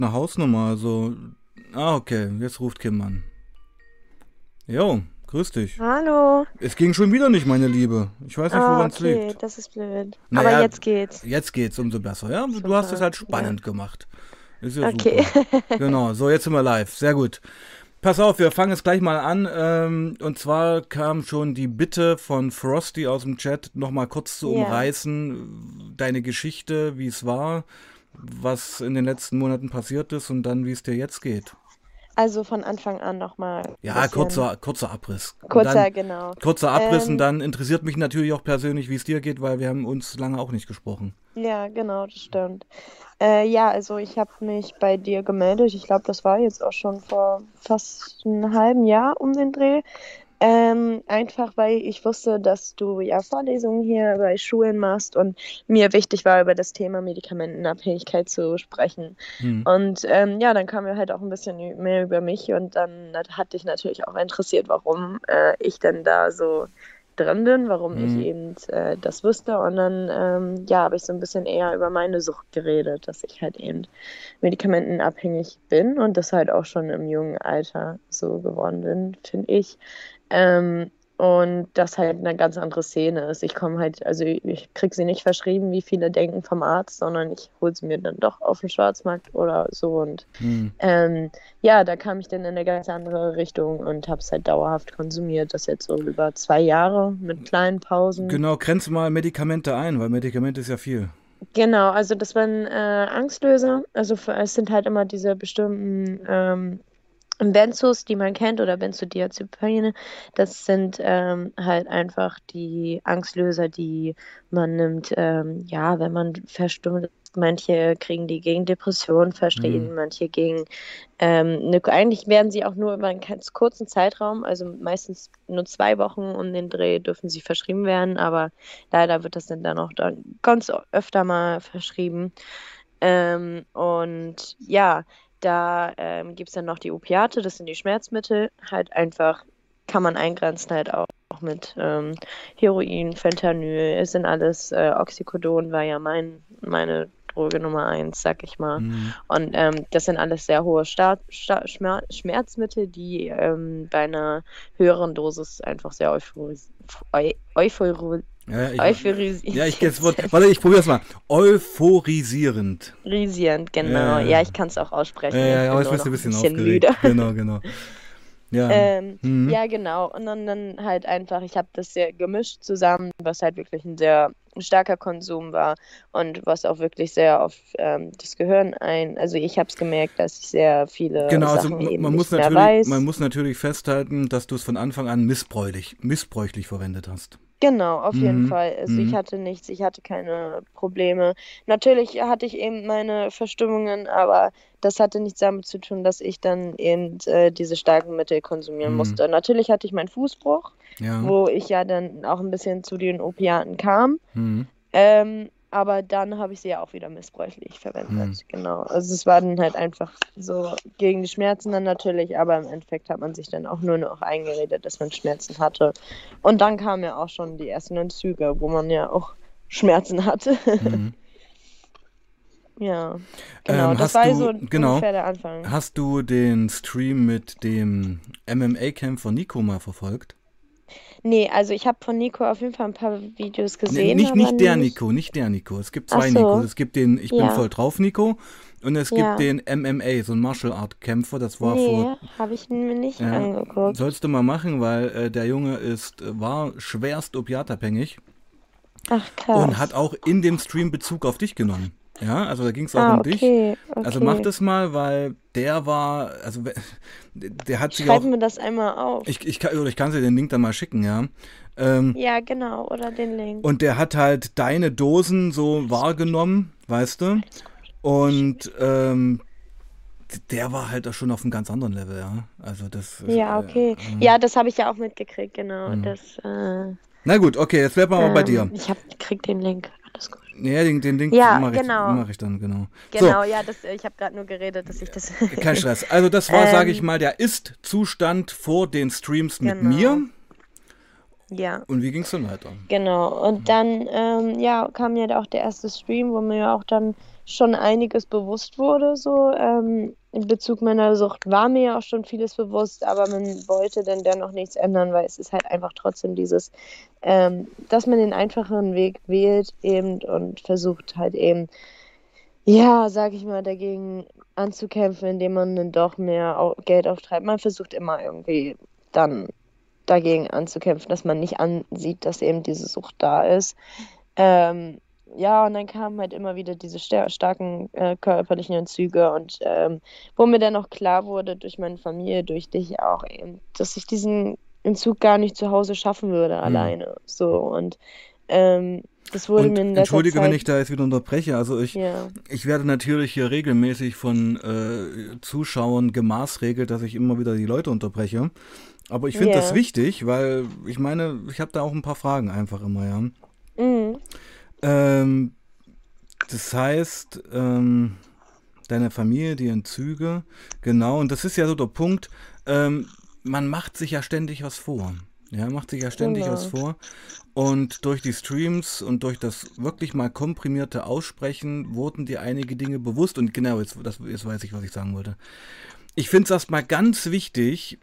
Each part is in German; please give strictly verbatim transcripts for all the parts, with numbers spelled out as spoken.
eine Hausnummer, also... Ah, okay, jetzt ruft Kim an. Jo, grüß dich. Hallo. Es ging schon wieder nicht, meine Liebe. Ich weiß nicht, Ah, woran es okay, liegt. das ist blöd. Aber Naja, jetzt geht's. jetzt geht's umso besser, ja? Du hast es Super. halt Ja. spannend gemacht. Ist ja Okay. super. Genau, so, jetzt sind wir live. Sehr gut. Pass auf, wir fangen jetzt gleich mal an. Ähm, und zwar kam schon die Bitte von Frosty aus dem Chat, nochmal kurz zu Ja. umreißen, deine Geschichte, wie es war, was in den letzten Monaten passiert ist und dann, wie es dir jetzt geht. Also von Anfang an nochmal ein Ja, bisschen kurzer, kurzer Abriss. Und dann, kurzer, genau. kurzer Abriss und Ähm, dann interessiert mich natürlich auch persönlich, wie es dir geht, weil wir haben uns lange auch nicht gesprochen. ja, genau, das stimmt. Äh, ja, also ich habe mich bei dir gemeldet. Ich glaube, das war jetzt auch schon vor fast einem halben Jahr um den Dreh. Ähm, einfach weil ich wusste, dass du ja Vorlesungen hier bei Schulen machst und mir wichtig war, über das Thema Medikamentenabhängigkeit zu sprechen. Hm. Und ähm, ja, dann kamen wir halt auch ein bisschen ü- mehr über mich und dann hat hat dich natürlich auch interessiert, warum äh, ich denn da so drin bin, warum ich Hm. eben äh, das wusste. Und dann ähm, ja, habe ich so ein bisschen eher über meine Sucht geredet, dass ich halt eben medikamentenabhängig bin und das halt auch schon im jungen Alter so geworden bin, finde ich. Ähm, und das halt eine ganz andere Szene ist. Ich komme halt, also ich kriege sie nicht verschrieben, wie viele denken vom Arzt, sondern ich hole sie mir dann doch auf dem Schwarzmarkt oder so. Und Hm. ähm, ja, da kam ich dann in eine ganz andere Richtung und habe es halt dauerhaft konsumiert. Das jetzt so über zwei Jahre mit kleinen Pausen. Genau, grenze mal Medikamente ein, weil Medikamente ist ja viel. Genau, also das waren äh, Angstlöser. Also für, es sind halt immer diese bestimmten ähm, Benzos, die man kennt, oder Benzodiazepine, das sind ähm, halt einfach die Angstlöser, die man nimmt, ähm, ja, wenn man verstummt ist. Manche kriegen die gegen Depressionen Hm. verschrieben, manche gegen, ähm, ne, eigentlich werden sie auch nur über einen ganz kurzen Zeitraum, also meistens nur zwei Wochen um den Dreh dürfen sie verschrieben werden, aber leider wird das dann, dann auch dann ganz öfter mal verschrieben. Ähm, und ja, da ähm, gibt es dann noch die Opiate, das sind die Schmerzmittel. Halt einfach kann man eingrenzen, halt auch, auch mit ähm, Heroin, Fentanyl. Es sind alles, äh, Oxycodon war ja mein, meine Droge Nummer eins, sag ich mal. Hm. Und ähm, das sind alles sehr hohe Start, Sta- Schmer Schmerzmittel, die ähm, bei einer höheren Dosis einfach sehr euphoris eu euphori Ja, ja, ich, ja, ich kenne euphorisiert das Wort. sind. Warte, ich probiere es mal. Euphorisierend. Risierend, Ja, genau. ja, Ja, ja. ich kann es auch Ja, aussprechen. ja, Ich ja, aber bin jetzt nur bist du ein noch ein bisschen bisschen müde. aufgeregt. Genau, genau. Ja. Ähm, Hm. ja, genau. Und dann, dann halt einfach, ich habe das sehr gemischt zusammen, was halt wirklich ein sehr starker Konsum war und was auch wirklich sehr auf ähm, das Gehirn ein. Also ich habe es gemerkt, dass ich sehr viele Genau, also Sachen ma- eben man muss nicht mehr natürlich, man weiß. muss natürlich festhalten, dass du es von Anfang an missbräuchlich, missbräuchlich verwendet hast. Genau, auf jeden Mhm. Fall. Also ich Mhm. hatte nichts, ich hatte keine Probleme. Natürlich hatte ich eben meine Verstimmungen, aber das hatte nichts damit zu tun, dass ich dann eben äh, diese starken Mittel konsumieren Mhm. musste. Natürlich hatte ich meinen Fußbruch, Ja. wo ich ja dann auch ein bisschen zu den Opiaten kam. Mhm. Ähm, aber dann habe ich sie ja auch wieder missbräuchlich Mhm. verwendet. Genau. Also es war dann halt einfach so gegen die Schmerzen dann natürlich, aber im Endeffekt hat man sich dann auch nur noch eingeredet, dass man Schmerzen hatte. Und dann kamen ja auch schon die ersten Entzüge, wo man ja auch Schmerzen hatte. Mhm. Ja, genau. Ähm, Das hast war du, so genau, ungefähr der Anfang. hast du den Stream mit dem M M A-Kämpfer Nico mal verfolgt? Nee, also ich habe von Nico auf jeden Fall ein paar Videos N gesehen, nicht, aber nicht der nicht. Nico, nicht der Nico. Es gibt Ach zwei Nikos. so, Es gibt den Ich bin ja, voll drauf Nico und es gibt ja. den M M A, so ein Martial Art Kämpfer. Das war vor, Nee, habe ich mir nicht ja, angeguckt. sollst du mal machen, weil äh, der Junge ist, war schwerst opiatabhängig Ach, und hat krass. auch in dem Stream Bezug auf dich genommen. Ja, also da ging es auch Ah, um dich. okay, Also mach okay. das mal, weil der war, also we- der hat Ich sich schreibe auch, mir das einmal auf. ich, ich, kann, oder ich kann dir den Link dann mal schicken, ja. Ähm, Ja, genau, oder den Link. und der hat halt deine Dosen so Alles gut, wahrgenommen, weißt du? alles gut. Ich schick mir Und das. ähm, der war halt auch schon auf einem ganz anderen Level, ja. Also das, ist, Ja, äh, okay. äh, Ja, das habe ich ja auch mitgekriegt, genau. hm. Das, äh, Na gut, okay, jetzt bleiben wir mal bei dir. ähm, ich hab, krieg den Link. Alles gut. Ja, den, den Link Ja, mache ich, genau. mach ich dann, genau. So, Genau, ja, das, ich habe gerade nur geredet, dass ich das. kein Stress. Also das war, sage ich ähm, mal, der Ist-Zustand vor den Streams mit mir. genau. Ja. Und wie ging es dann weiter? Genau. Und dann, ähm, ja, kam ja auch der erste Stream, wo mir auch dann schon einiges bewusst wurde, so ähm, in Bezug meiner Sucht war mir ja auch schon vieles bewusst, aber man wollte dann dennoch nichts ändern, weil es ist halt einfach trotzdem dieses, ähm, dass man den einfacheren Weg wählt eben und versucht halt eben, ja, sag ich mal, dagegen anzukämpfen, indem man dann doch mehr au- Geld auftreibt. Man versucht immer irgendwie dann dagegen anzukämpfen, dass man nicht ansieht, dass eben diese Sucht da ist. Ähm, ja, und dann kamen halt immer wieder diese ster starken äh, körperlichen Entzüge und ähm, wo mir dann auch klar wurde durch meine Familie, durch dich auch eben, dass ich diesen Entzug gar nicht zu Hause schaffen würde Hm. alleine. So und ähm, das wurde mir Und in letzter entschuldige, wenn Zeit, ich da jetzt wieder unterbreche. Also ich, ja, ich werde natürlich hier regelmäßig von äh, Zuschauern gemaßregelt, dass ich immer wieder die Leute unterbreche. Aber ich finde das ja, wichtig, weil ich meine, ich habe da auch ein paar Fragen einfach immer, ja. mhm, Ähm, das heißt, ähm, deine Familie, die Entzüge, genau, und das ist ja so der Punkt, ähm, man macht sich ja ständig was vor. Ja, macht sich ja ständig was genau, vor. Und durch die Streams und durch das wirklich mal komprimierte Aussprechen wurden dir einige Dinge bewusst. Und genau, jetzt, das, jetzt weiß ich, was ich sagen wollte. Ich finde es erstmal ganz wichtig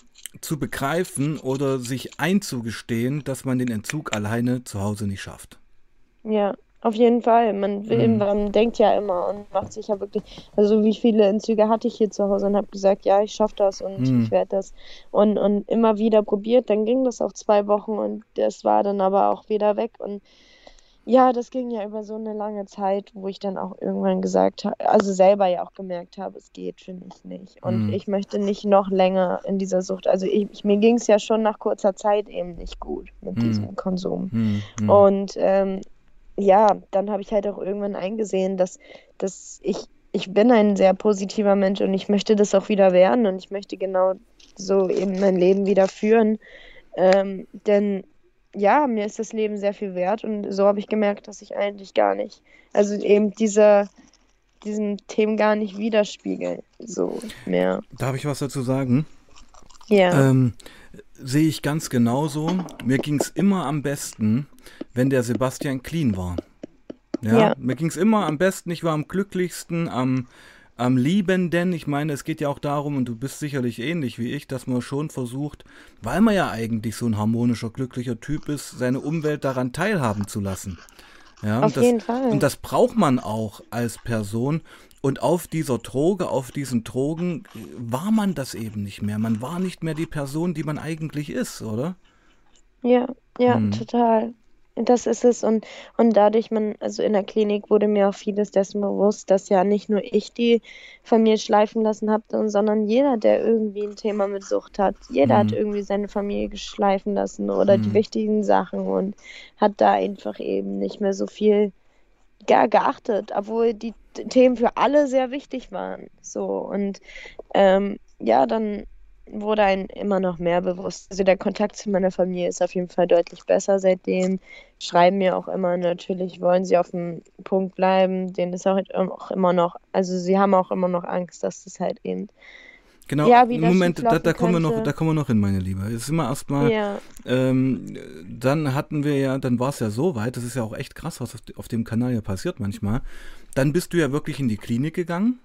zu begreifen oder sich einzugestehen, dass man den Entzug alleine zu Hause nicht schafft. ja. Auf jeden Fall. Man will, Mhm. man denkt ja immer und macht sich ja wirklich, also wie viele Entzüge hatte ich hier zu Hause und habe gesagt, ja, ich schaffe das und ich Mhm. werde das und, und immer wieder probiert. Dann ging das auch zwei Wochen und das war dann aber auch wieder weg. Und ja, das ging ja über so eine lange Zeit, wo ich dann auch irgendwann gesagt habe, also selber ja auch gemerkt habe, es geht für mich nicht. Und Mhm. ich möchte nicht noch länger in dieser Sucht. Also ich, ich, mir ging es ja schon nach kurzer Zeit eben nicht gut mit Mhm. diesem Konsum. Mhm. Mhm. Und ähm, ja, dann habe ich halt auch irgendwann eingesehen, dass, dass ich, ich bin ein sehr positiver Mensch und ich möchte das auch wieder werden und ich möchte genau so eben mein Leben wieder führen. Ähm, denn ja, mir ist das Leben sehr viel wert und so habe ich gemerkt, dass ich eigentlich gar nicht, also eben dieser, diesen Themen gar nicht widerspiegel, so mehr. Darf ich was dazu sagen? Ja, Ähm, sehe ich ganz genauso. Mir ging es immer am besten, wenn der Sebastian clean war. Ja, ja, mir ging es immer am besten, ich war am glücklichsten, am, am liebenden. Ich meine, es geht ja auch darum, und du bist sicherlich ähnlich wie ich, dass man schon versucht, weil man ja eigentlich so ein harmonischer, glücklicher Typ ist, seine Umwelt daran teilhaben zu lassen. Ja, auf und das, jeden und Fall. das braucht man auch als Person. Und auf dieser Droge, auf diesen Drogen war man das eben nicht mehr. Man war nicht mehr die Person, die man eigentlich ist, oder? Ja, ja, Hm. total. Das ist es. Und, und dadurch, man, also in der Klinik wurde mir auch vieles dessen bewusst, dass ja nicht nur ich die Familie schleifen lassen habe, sondern jeder, der irgendwie ein Thema mit Sucht hat, jeder hat Hm. irgendwie seine Familie schleifen lassen oder die Hm. wichtigen Sachen und hat da einfach eben nicht mehr so viel ge geachtet, obwohl die T- Themen für alle sehr wichtig waren. So und ähm, ja, dann wurde einem immer noch mehr bewusst. Also der Kontakt zu meiner Familie ist auf jeden Fall deutlich besser seitdem. Schreiben mir auch immer, natürlich wollen sie auf dem Punkt bleiben. Denen ist auch, auch immer noch, also sie haben auch immer noch Angst, dass das halt eben, Genau, ja, wieder Moment, da, schieflaufen da kommen wir noch, da könnte. kommen wir noch hin, meine Liebe. Jetzt sind wir erstmal, Ja, ähm, dann hatten wir ja, dann war es ja so weit, das ist ja auch echt krass, was auf, auf dem Kanal ja passiert manchmal. Dann bist du ja wirklich in die Klinik gegangen,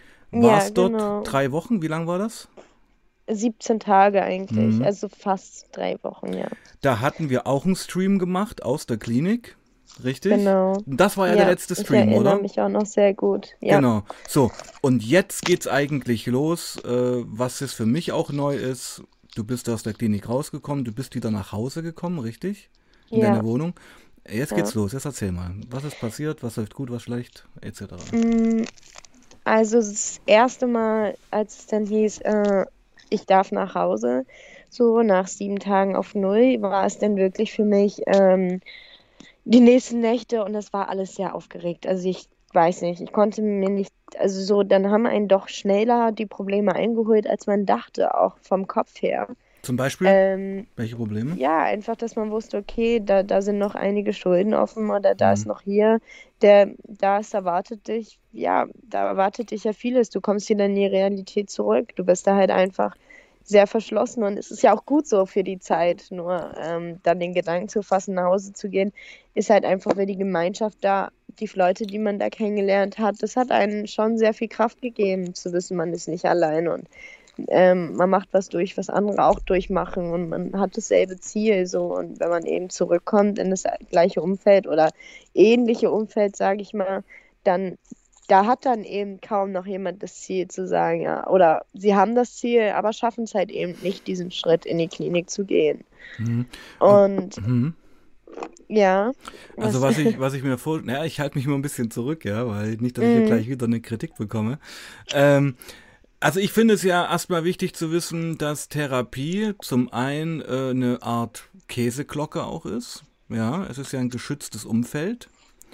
ja, warst dort genau. drei Wochen, wie lang war das? siebzehn Tage eigentlich, Mhm. also fast drei Wochen, ja. Da hatten wir auch einen Stream gemacht aus der Klinik, richtig? Genau. Das war ja der Ja, letzte ich Stream, erinnere oder? mich auch noch sehr gut. Ja. Genau. So, und jetzt geht's eigentlich los, äh, was jetzt für mich auch neu ist. Du bist aus der Klinik rausgekommen, du bist wieder nach Hause gekommen, richtig? In deine Ja, Wohnung. Jetzt ja. geht's los. Jetzt erzähl mal. Was ist passiert? Was läuft gut, was schlecht, et cetera. Mm, Also das erste Mal, als es dann hieß, äh, ich darf nach Hause, so nach sieben Tagen auf Null, war es dann wirklich für mich ähm, die nächsten Nächte und das war alles sehr aufgeregt. Also ich weiß nicht, ich konnte mir nicht, also so, dann haben einen doch schneller die Probleme eingeholt, als man dachte, auch vom Kopf her. Zum Beispiel, Ähm, welche Probleme? Ja, einfach, dass man wusste, okay, da, da sind noch einige Schulden offen oder da ist Hm. noch hier, der, da ist erwartet dich, ja, da erwartet dich ja vieles. Du kommst wieder in die Realität zurück. Du bist da halt einfach sehr verschlossen und es ist ja auch gut so für die Zeit. Nur ähm, dann den Gedanken zu fassen, nach Hause zu gehen, ist halt einfach, weil die Gemeinschaft da die Leute, die man da kennengelernt hat, das hat einen schon sehr viel Kraft gegeben, zu wissen, man ist nicht allein und ähm, man macht was durch, was andere auch durchmachen und man hat dasselbe Ziel so und wenn man eben zurückkommt in das gleiche Umfeld oder ähnliche Umfeld, sage ich mal, dann da hat dann eben kaum noch jemand das Ziel zu sagen, ja, oder sie haben das Ziel, aber schaffen es halt eben nicht, diesen Schritt in die Klinik zu gehen. Mhm. Und, Und mhm. ja, Also was, was ich, was ich mir vor, naja, ich halte mich mal ein bisschen zurück, ja, weil nicht, dass ich hier mm, gleich wieder eine Kritik bekomme. Ähm, also ich finde es ja erstmal wichtig zu wissen, dass Therapie zum einen äh, eine Art Käseglocke auch ist. Ja, es ist ja ein geschütztes Umfeld.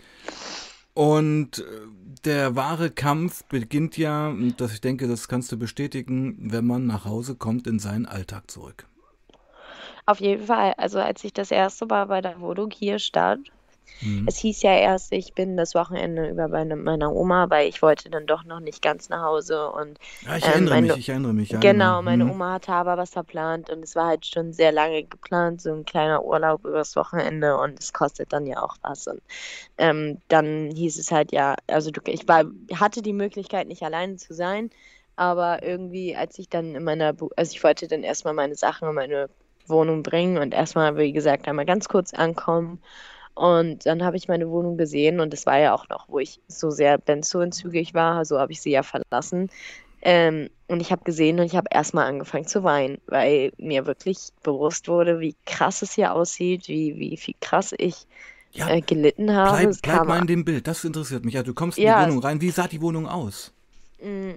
Und äh, der wahre Kampf beginnt ja, und das, ich denke, das kannst du bestätigen, wenn man nach Hause kommt in seinen Alltag zurück. auf jeden Fall. Also als ich das erste Mal bei der Wohnung hier stand, Mhm. es hieß ja erst, ich bin das Wochenende über bei ne- meiner Oma, weil ich wollte dann doch noch nicht ganz nach Hause und Ja, ich ähm, erinnere mich, meine, ich erinnere mich, ja, genau. genau, meine Mhm. Oma hatte aber was verplant und es war halt schon sehr lange geplant, so ein kleiner Urlaub übers Wochenende und es kostet dann ja auch was. Und ähm, dann hieß es halt ja, also du, ich war, hatte die Möglichkeit, nicht alleine zu sein, aber irgendwie, als ich dann in meiner, Bu- also ich wollte dann erstmal meine Sachen in meine Wohnung bringen und erstmal, wie gesagt, einmal ganz kurz ankommen. Und dann habe ich meine Wohnung gesehen und das war ja auch noch, wo ich so sehr benzodiazepinentzügig war, so habe ich sie ja verlassen. Ähm, und ich habe gesehen und ich habe erstmal angefangen zu weinen, weil mir wirklich bewusst wurde, wie krass es hier aussieht, wie, wie viel krass ich Ja, äh, gelitten habe. bleib, Es bleib kam, mal in dem Bild, das interessiert mich. Ja, du kommst in die ja, Wohnung es, rein. Wie sah die Wohnung aus? mh,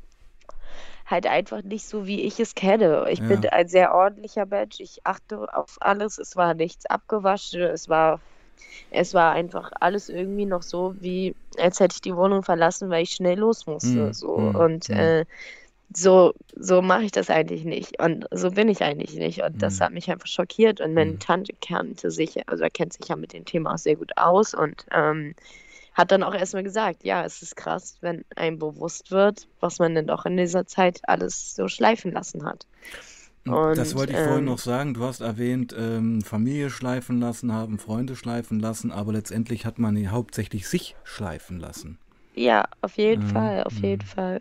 halt einfach nicht so, wie ich es kenne. Ich bin Ja. ein sehr ordentlicher Mensch. Ich achte auf alles. Es war nichts abgewaschen. Es war, es war einfach alles irgendwie noch so, wie als hätte ich die Wohnung verlassen, weil ich schnell los musste. Hm, So. hm, Und hm, äh, so, so mache ich das eigentlich nicht. Und so bin ich eigentlich nicht. Und das hm, hat mich einfach schockiert. Und meine hm. Tante kannte sich, also er kennt sich ja mit dem Thema auch sehr gut aus und ähm, hat dann auch erstmal gesagt, ja, es ist krass, wenn einem bewusst wird, was man denn doch in dieser Zeit alles so schleifen lassen hat. Das Und wollte ich vorhin noch ähm, sagen. Du hast erwähnt, ähm, Familie schleifen lassen haben, Freunde schleifen lassen, aber letztendlich hat man ja hauptsächlich sich schleifen lassen. ja, auf jeden Ja, Fall, auf jeden hm, Fall.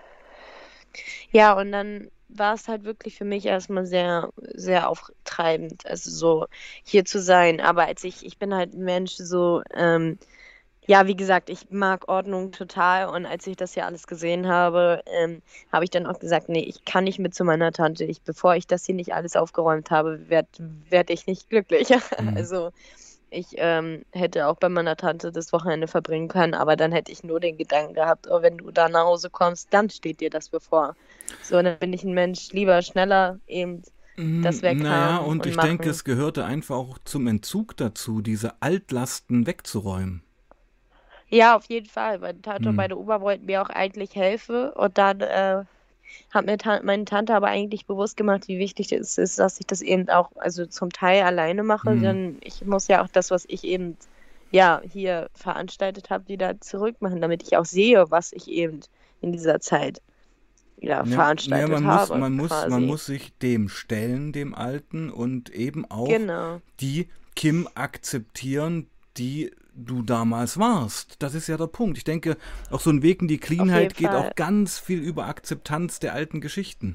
Ja, und dann war es halt wirklich für mich erstmal sehr, sehr auftreibend, also so hier zu sein. Aber als ich, ich bin halt ein Mensch, so, ähm, ja, wie gesagt, ich mag Ordnung total. Und als ich das hier alles gesehen habe, ähm, habe ich dann auch gesagt, nee, ich kann nicht mit zu meiner Tante. Ich, bevor ich das hier nicht alles aufgeräumt habe, werde werd werd ich nicht glücklich. hm. Also ich ähm, hätte auch bei meiner Tante das Wochenende verbringen können, aber dann hätte ich nur den Gedanken gehabt, oh, wenn du da nach Hause kommst, dann steht dir das bevor. So, dann bin ich ein Mensch, lieber schneller eben das Hm, naja, weghaben und und ich denke, machen. es gehörte einfach auch zum Entzug dazu, diese Altlasten wegzuräumen. Ja, auf jeden Fall. Meine Tante und Hm, meine Oma wollten mir auch eigentlich helfen und dann äh, hat mir ta meine Tante aber eigentlich bewusst gemacht, wie wichtig es ist, dass ich das eben auch, also zum Teil alleine mache, hm. denn ich muss ja auch das, was ich eben ja hier veranstaltet habe, wieder zurückmachen, damit ich auch sehe, was ich eben in dieser Zeit ja Ja, ja, veranstaltet man muss, habe, man muss, man quasi. muss sich dem stellen, dem Alten, und eben auch Genau, die Kim akzeptieren, die du damals warst. Das ist ja der Punkt. Ich denke, auch so ein Weg in die auf jeden Cleanheit geht Fall. auch ganz viel über Akzeptanz der alten Geschichten.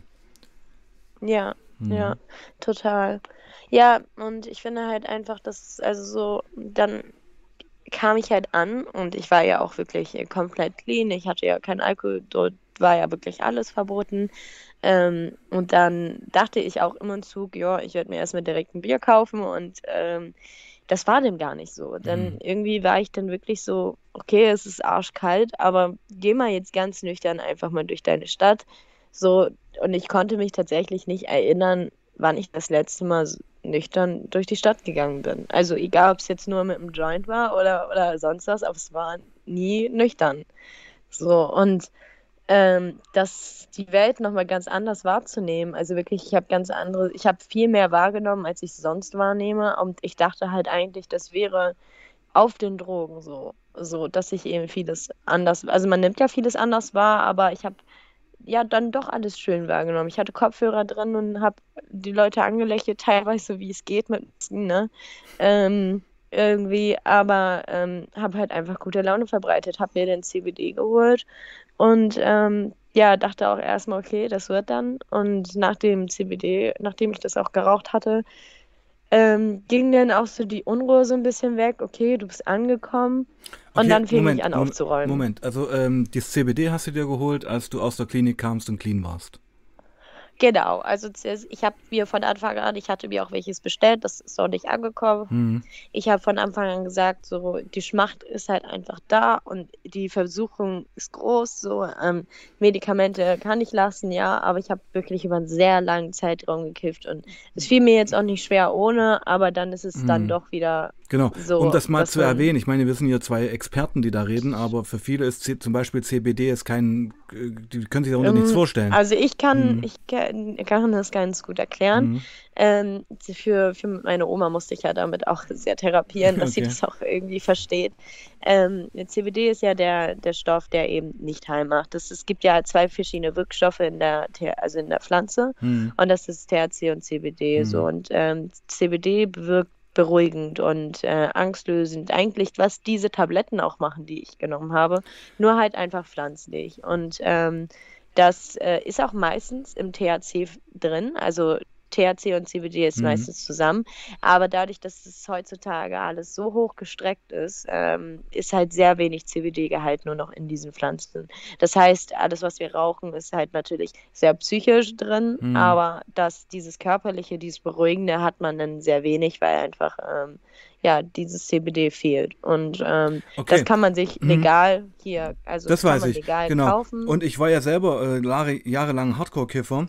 Ja, Hm. ja, total. Ja, und ich finde halt einfach, dass, also so, dann kam ich halt an und ich war ja auch wirklich äh, komplett clean. Ich hatte ja keinen Alkohol, dort war ja wirklich alles verboten. Ähm, und dann dachte ich auch im Entzug, ja, ich werde mir erstmal direkt ein Bier kaufen und ähm, das war dem gar nicht so. Hm. Dann irgendwie war ich dann wirklich so, okay, es ist arschkalt, aber geh mal jetzt ganz nüchtern einfach mal durch deine Stadt. So, und ich konnte mich tatsächlich nicht erinnern, wann ich das letzte Mal s- nüchtern durch die Stadt gegangen bin. Also egal, ob es jetzt nur mit einem Joint war oder, oder sonst was, aber es war nie nüchtern. So, und ähm, das, die Welt nochmal ganz anders wahrzunehmen. Also wirklich, ich habe ganz andere, ich habe viel mehr wahrgenommen, als ich sonst wahrnehme. Und ich dachte halt eigentlich, das wäre auf den Drogen so, so, dass ich eben vieles anders, also man nimmt ja vieles anders wahr, aber ich habe ja dann doch alles schön wahrgenommen. Ich hatte Kopfhörer drin und habe die Leute angelächelt, teilweise wie es geht mit, ne? Ähm, irgendwie, aber ähm, habe halt einfach gute Laune verbreitet, habe mir den C B D geholt und ähm, ja, dachte auch erstmal, okay, das wird dann. Und nach dem C B D, nachdem ich das auch geraucht hatte, ähm, ging dann auch so die Unruhe so ein bisschen weg. Okay, du bist angekommen. Und Okay, dann fing ich Moment, an Moment, aufzuräumen. Moment. Also ähm, das C B D hast du dir geholt, als du aus der Klinik kamst und clean warst. Genau, also zuerst- ich habe mir von Anfang an, ich hatte mir auch welches bestellt, das ist noch nicht angekommen. Mhm. Ich habe von Anfang an gesagt, so die Schmacht ist halt einfach da und die Versuchung ist groß. So ähm, Medikamente kann ich lassen, ja, aber ich habe wirklich über einen sehr langen Zeitraum gekifft und es fiel mir jetzt auch nicht schwer ohne, aber dann ist es dann Mhm. doch wieder Genau, um so, das mal dass zu man erwähnen, ich meine, wir sind hier zwei Experten, die da reden, aber für viele ist C zum Beispiel C B D ist kein, äh, die können sich darunter nichts Ähm, vorstellen. also ich kann, Mhm. ich kann, kann das ganz gut erklären. Mhm. Ähm, für, für meine Oma musste ich ja damit auch sehr therapieren, dass sie Okay. das auch irgendwie versteht. Ähm, C B D ist ja der, der Stoff, der eben nicht high macht. Das, es gibt ja zwei verschiedene Wirkstoffe in der, The- also in der Pflanze Mhm. und das ist T H C und C B D so. Mhm. Und ähm, C B D bewirkt beruhigend und äh, angstlösend. Eigentlich, was diese Tabletten auch machen, die ich genommen habe, nur halt einfach pflanzlich. Und ähm, das äh, ist auch meistens im T H C f- drin, also T H C und C B D ist Mhm. meistens zusammen, aber dadurch, dass es heutzutage alles so hoch gestreckt ist, ähm, ist halt sehr wenig C B D-Gehalt nur noch in diesen Pflanzen. Das heißt, alles, was wir rauchen, ist halt natürlich sehr psychisch drin, Mhm. aber dass dieses Körperliche, dieses Beruhigende hat man dann sehr wenig, weil einfach ähm, ja, dieses C B D fehlt. Und ähm, das Okay. kann man sich Mhm. legal hier, also Das kann weiß man ich, legal genau. kaufen. Und ich war ja selber äh, Jahre, jahrelang Hardcore-Kiffer.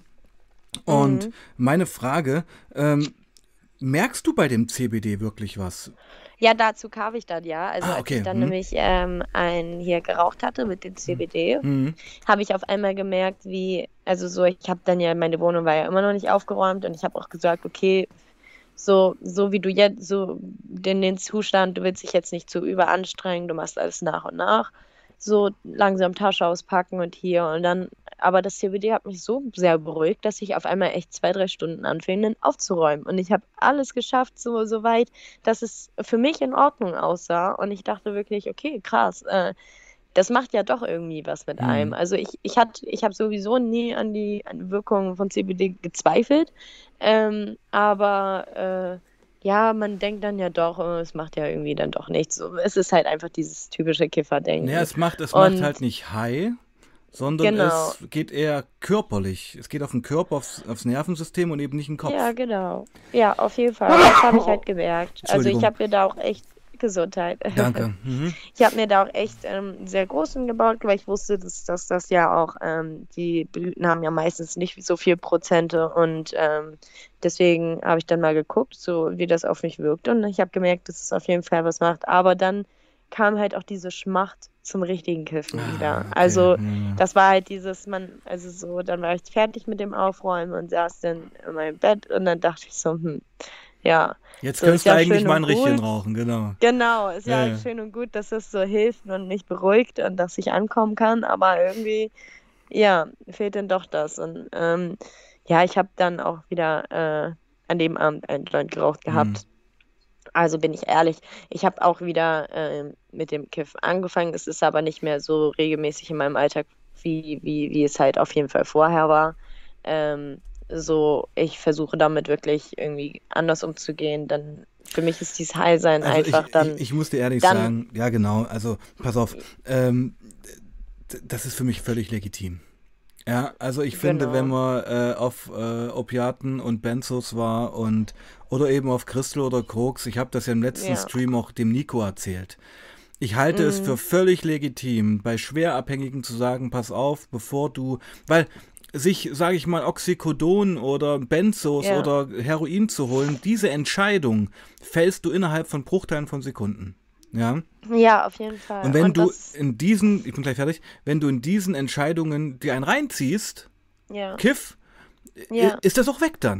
Und Mhm. meine Frage, ähm, merkst du bei dem C B D wirklich was? Ja, dazu kam ich dann ja. Also Ah, als ich okay. dann Mhm. nämlich ähm, einen hier geraucht hatte mit dem C B D, Mhm. habe ich auf einmal gemerkt, wie, also so, ich habe dann ja, meine Wohnung war ja immer noch nicht aufgeräumt und ich habe auch gesagt, okay, so, so wie du jetzt, so in den Zustand, du willst dich jetzt nicht zu überanstrengen, du machst alles nach und nach, so langsam Tasche auspacken und hier und dann, aber das C B D hat mich so sehr beruhigt, dass ich auf einmal echt zwei, drei Stunden anfing, dann aufzuräumen und ich habe alles geschafft, so, so weit, dass es für mich in Ordnung aussah und ich dachte wirklich, okay, krass, äh, das macht ja doch irgendwie was mit einem. Mhm. Also ich, ich, hat, ich habe sowieso nie an die, an die Wirkung von C B D gezweifelt. Ähm, aber äh, ja, man denkt dann ja doch, äh, es macht ja irgendwie dann doch nichts. So, es ist halt einfach dieses typische Naja, Kifferdenken. es macht, es macht Und halt nicht high, sondern genau, es geht eher körperlich. Es geht auf den Körper, aufs, aufs Nervensystem und eben nicht in den ja, Kopf. genau. Ja, auf jeden Fall. Das habe ich halt gemerkt. Also ich Entschuldigung. habe mir da auch echt Gesundheit. Danke. Mhm. Ich habe mir da auch echt ähm, sehr großen gebaut, weil ich wusste, dass, dass das ja auch, ähm, die Blüten haben ja meistens nicht so viel Prozente und ähm, deswegen habe ich dann mal geguckt, so wie das auf mich wirkt und ich habe gemerkt, dass es auf jeden Fall was macht. Aber dann kam halt auch diese Schmacht zum richtigen Kiffen wieder. Ah, okay. Also Ja. das war halt dieses, man, also so, dann war ich fertig mit dem Aufräumen und saß dann in meinem Bett und dann dachte ich so, hm, ja, Jetzt so ist könntest du ja eigentlich schön mal und ein Richtchen gut. rauchen, genau. Genau, ist Ja, ja ja. schön und gut, dass es so hilft und mich beruhigt und dass ich ankommen kann, aber irgendwie, ja, fehlt dann doch das. Und ähm, ja, ich habe dann auch wieder äh, an dem Abend einen Joint geraucht Hm. gehabt. Also bin ich ehrlich, ich habe auch wieder ähm, mit dem Kiff angefangen. Es ist aber nicht mehr so regelmäßig in meinem Alltag, wie, wie, wie es halt auf jeden Fall vorher war. Ähm, so, ich versuche damit wirklich irgendwie anders umzugehen. Dann für mich ist dieses High-Sein Also einfach ich, ich, dann, ich muss dir ehrlich dann, sagen, ja genau, also pass auf, ähm, d- das ist für mich völlig legitim. Ja, also ich finde, wenn genau. man äh, auf äh, Opiaten und Benzos war und oder eben auf Crystal oder Koks, ich habe das ja im letzten Ja. Stream auch dem Nico erzählt. Ich halte es für Mm, völlig legitim, bei Schwerabhängigen zu sagen, pass auf, bevor du, weil sich, sage ich mal, Oxycodon oder Benzos ja. oder Heroin zu holen, diese Entscheidung fällst du innerhalb von Bruchteilen von Sekunden. Ja. Ja, auf jeden Und Fall. wenn Und du das, in diesen, ich bin gleich fertig, wenn du in diesen Entscheidungen dir einen reinziehst, ja, Kiff, i- ja. ist das auch weg dann.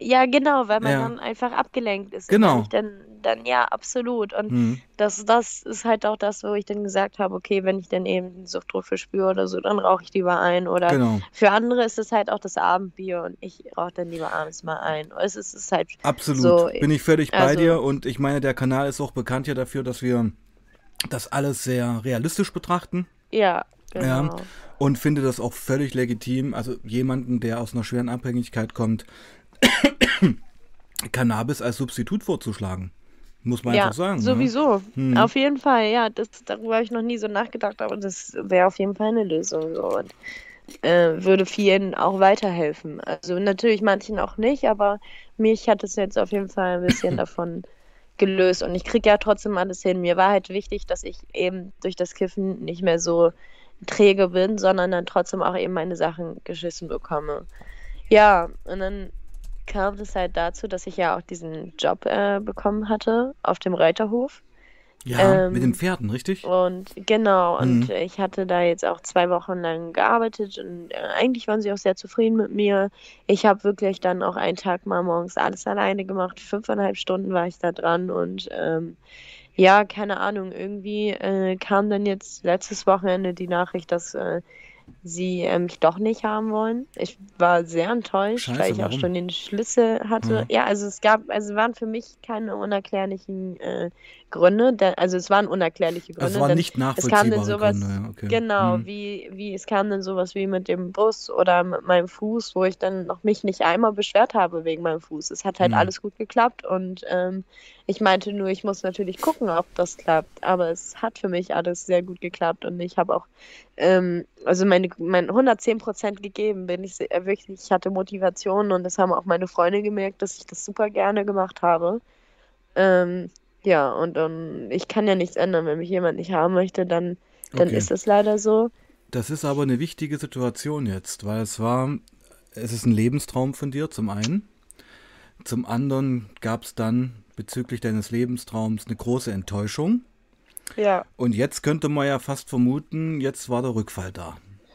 Ja, genau, weil man Ja, dann einfach abgelenkt ist. Und wenn ich genau. dann, dann ja, absolut. Und Hm, das, das ist halt auch das, wo ich dann gesagt habe, okay, wenn ich dann eben einen Suchtdruck verspüre oder so, dann rauche ich lieber ein. Oder genau. für andere ist es halt auch das Abendbier und ich rauche dann lieber abends mal ein. Es ist, es ist halt Absolut. so, Bin ich völlig bei also, dir und ich meine, der Kanal ist auch bekannt ja dafür, dass wir das alles sehr realistisch betrachten. ja, Ja, genau. und finde das auch völlig legitim. Also jemanden, der aus einer schweren Abhängigkeit kommt, Cannabis als Substitut vorzuschlagen. Muss man einfach Ja, sagen. Ne? sowieso. Hm. Auf jeden Fall, ja. Das, darüber habe ich noch nie so nachgedacht, aber das wäre auf jeden Fall eine Lösung. So. Und äh, würde vielen auch weiterhelfen. Also natürlich manchen auch nicht, aber mich hat es jetzt auf jeden Fall ein bisschen davon gelöst und ich kriege ja trotzdem alles hin. Mir war halt wichtig, dass ich eben durch das Kiffen nicht mehr so träge bin, sondern dann trotzdem auch eben meine Sachen geschissen bekomme. Ja, und dann kam es halt dazu, dass ich ja auch diesen Job äh, bekommen hatte auf dem Reiterhof. Ja, mit den Ähm, Pferden, richtig? und genau, und Hm. ich hatte da jetzt auch zwei Wochen lang gearbeitet und äh, eigentlich waren sie auch sehr zufrieden mit mir. Ich habe wirklich dann auch einen Tag mal morgens alles alleine gemacht. Fünfeinhalb Stunden war ich da dran und ähm, ja, keine Ahnung, irgendwie äh, kam dann jetzt letztes Wochenende die Nachricht, dass äh, sie äh, mich doch nicht haben wollen. Ich war sehr enttäuscht, weil Scheiße, ich auch warum? schon den Schlüssel hatte. Hm. Ja, also es gab, also waren für mich keine unerklärlichen äh, Gründe, denn, also es waren unerklärliche Also es Gründe, waren denn nicht es kam dann nachvollziehbare Gründe, sowas, ja, okay. genau, Hm. wie, wie es kam dann sowas wie mit dem Bus oder mit meinem Fuß, wo ich dann noch mich nicht einmal beschwert habe wegen meinem Fuß. Es hat halt Hm. alles gut geklappt und ähm, ich meinte nur, ich muss natürlich gucken, ob das klappt, aber es hat für mich alles sehr gut geklappt und ich habe auch ähm, also meine, mein hundertzehn Prozent gegeben bin ich se- äh, wirklich, ich hatte Motivation und das haben auch meine Freunde gemerkt, dass ich das super gerne gemacht habe. Ähm, ja, und ähm, ich kann ja nichts ändern. Wenn mich jemand nicht haben möchte, dann, dann Okay. ist es leider so. Das ist aber eine wichtige Situation jetzt, weil es war, es ist ein Lebenstraum von dir, zum einen. Zum anderen gab es dann bezüglich deines Lebenstraums eine große Enttäuschung. Ja. Und jetzt könnte man ja fast vermuten, jetzt war der Rückfall da.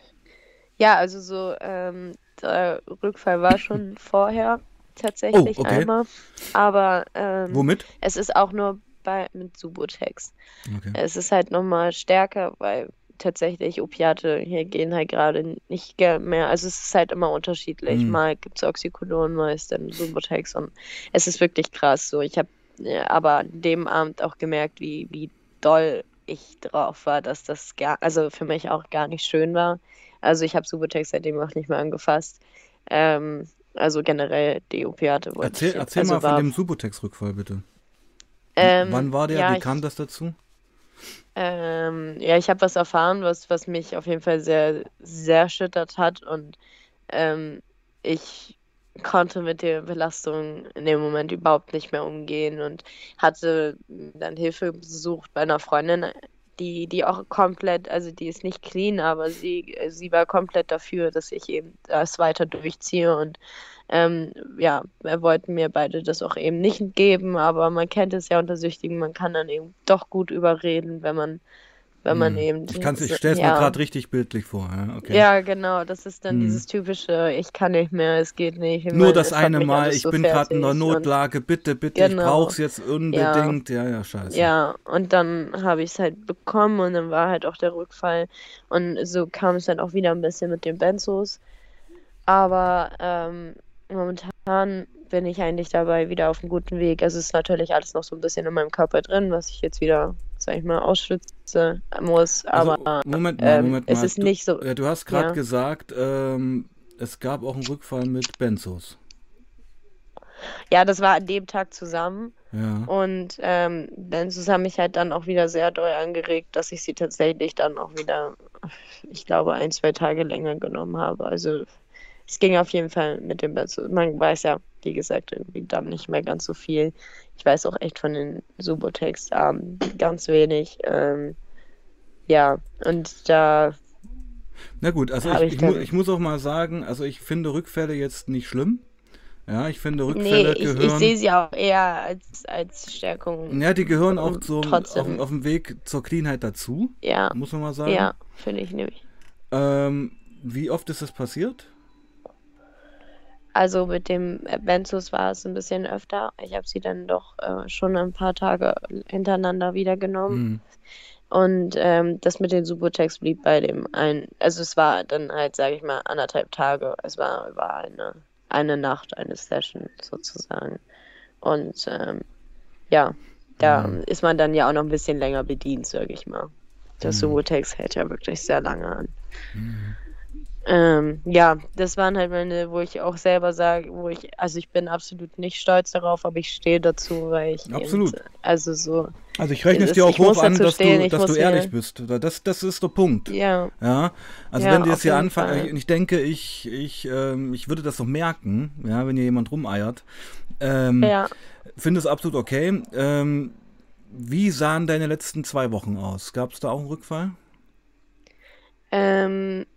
Ja, also so, ähm, der Rückfall war schon vorher Oh, tatsächlich okay. einmal, aber ähm, Womit? es ist auch nur bei mit Subutex. Okay. Es ist halt nochmal stärker, weil tatsächlich Opiate hier gehen halt gerade nicht gern mehr. Also es ist halt immer unterschiedlich. Hm. Mal gibt es Oxycodon, mal ist dann Subutex und es ist wirklich krass so. Ich habe ja, aber an dem Abend auch gemerkt, wie, wie doll ich drauf war, dass das gar, also für mich auch gar nicht schön war. Also ich habe Subutex seitdem auch nicht mehr angefasst. Ähm, also generell die Opiate wollte Erzähl, ich, erzähl mal also von war, dem Subutex-Rückfall, bitte. Wie, ähm, wann war der? ja, Wie kam ich das dazu? Ähm, ja, ich habe was erfahren, was, was mich auf jeden Fall sehr, sehr erschüttert hat und ähm, ich konnte mit der Belastung in dem Moment überhaupt nicht mehr umgehen und hatte dann Hilfe gesucht bei einer Freundin, die, die auch komplett, also die ist nicht clean, aber sie, sie war komplett dafür, dass ich eben das weiter durchziehe und ähm, ja, wir wollten mir beide das auch eben nicht geben, aber man kennt es ja unter Süchtigen, man kann dann eben doch gut überreden, wenn man, wenn man Hm. eben, Ich kann's, ich so- stell's mir ja, gerade richtig bildlich vor. Ja, okay. ja, genau, das ist dann Hm. dieses typische, ich kann nicht mehr, es geht nicht, ich Nur meine, das es macht eine mich Mal, alles ich so bin gerade in der fertig und Notlage, bitte, bitte, ich genau, brauch's jetzt ja, unbedingt. Ja, ja, scheiße. ja, und dann habe ich es halt bekommen und dann war halt auch der Rückfall und so kam es dann auch wieder ein bisschen mit den Benzos. Aber ähm, momentan bin ich eigentlich dabei wieder auf einem guten Weg. Also es ist natürlich alles noch so ein bisschen in meinem Körper drin, was ich jetzt wieder, sag ich mal, ausschwitzen muss. Aber Also, Moment mal, ähm, Moment es mal. ist Du, nicht so, äh, du hast gerade ja. gesagt, ähm, es gab auch einen Rückfall mit Benzos. Ja, das war an dem Tag zusammen. Ja. Und ähm, dann haben mich halt dann auch wieder sehr doll angeregt, dass ich sie tatsächlich dann auch wieder, ich glaube, ein, zwei Tage länger genommen habe. Also es ging auf jeden Fall mit dem Bett. Man weiß ja, wie gesagt, irgendwie dann nicht mehr ganz so viel. Ich weiß auch echt von den Subotex-Armen ganz wenig. Ähm, ja, und da Na gut, also habe ich, ich ich, mu dann. ich muss auch mal sagen, also ich finde Rückfälle jetzt nicht schlimm. Ja, ich finde Nee, Rückfälle ich, ich gehören, sehe sie auch eher als, als Stärkung. ja, die gehören auch Und zum, auf, trotzdem, auf dem Weg zur Cleanheit dazu, ja, muss man mal sagen. ja, finde ich nämlich. Ähm, wie oft ist das passiert? Also mit dem äh, Benzos war es ein bisschen öfter. Ich habe sie dann doch äh, schon ein paar Tage hintereinander wieder genommen. Hm. Und ähm, das mit den Subutex blieb bei dem einen, also es war dann halt, sage ich mal, anderthalb Tage. Es war über eine, eine Nacht, eine Session sozusagen. Und ähm, ja, da Hm. ist man dann ja auch noch ein bisschen länger bedient, sage ich mal. Das Hm. Subutex hält ja wirklich sehr lange an. Hm. Ähm, ja, das waren halt meine, wo ich auch selber sage, wo ich, also ich bin absolut nicht stolz darauf, aber ich stehe dazu, weil ich eben, Absolut. also so, Also ich rechne es es, dir auch ich muss hoch an, dazu dass stehen, du, ich dass du muss ehrlich mir, bist. Das, das ist der Punkt. ja, Ja, also wenn ja, du jetzt auf hier jeden anfängst, Fall. ich denke, ich, ich, ähm, ich würde das doch merken, ja, wenn hier jemand rumeiert. Ähm, Ja, finde es absolut okay. Ähm, wie sahen deine letzten zwei Wochen aus? Gab es da auch einen Rückfall? ähm,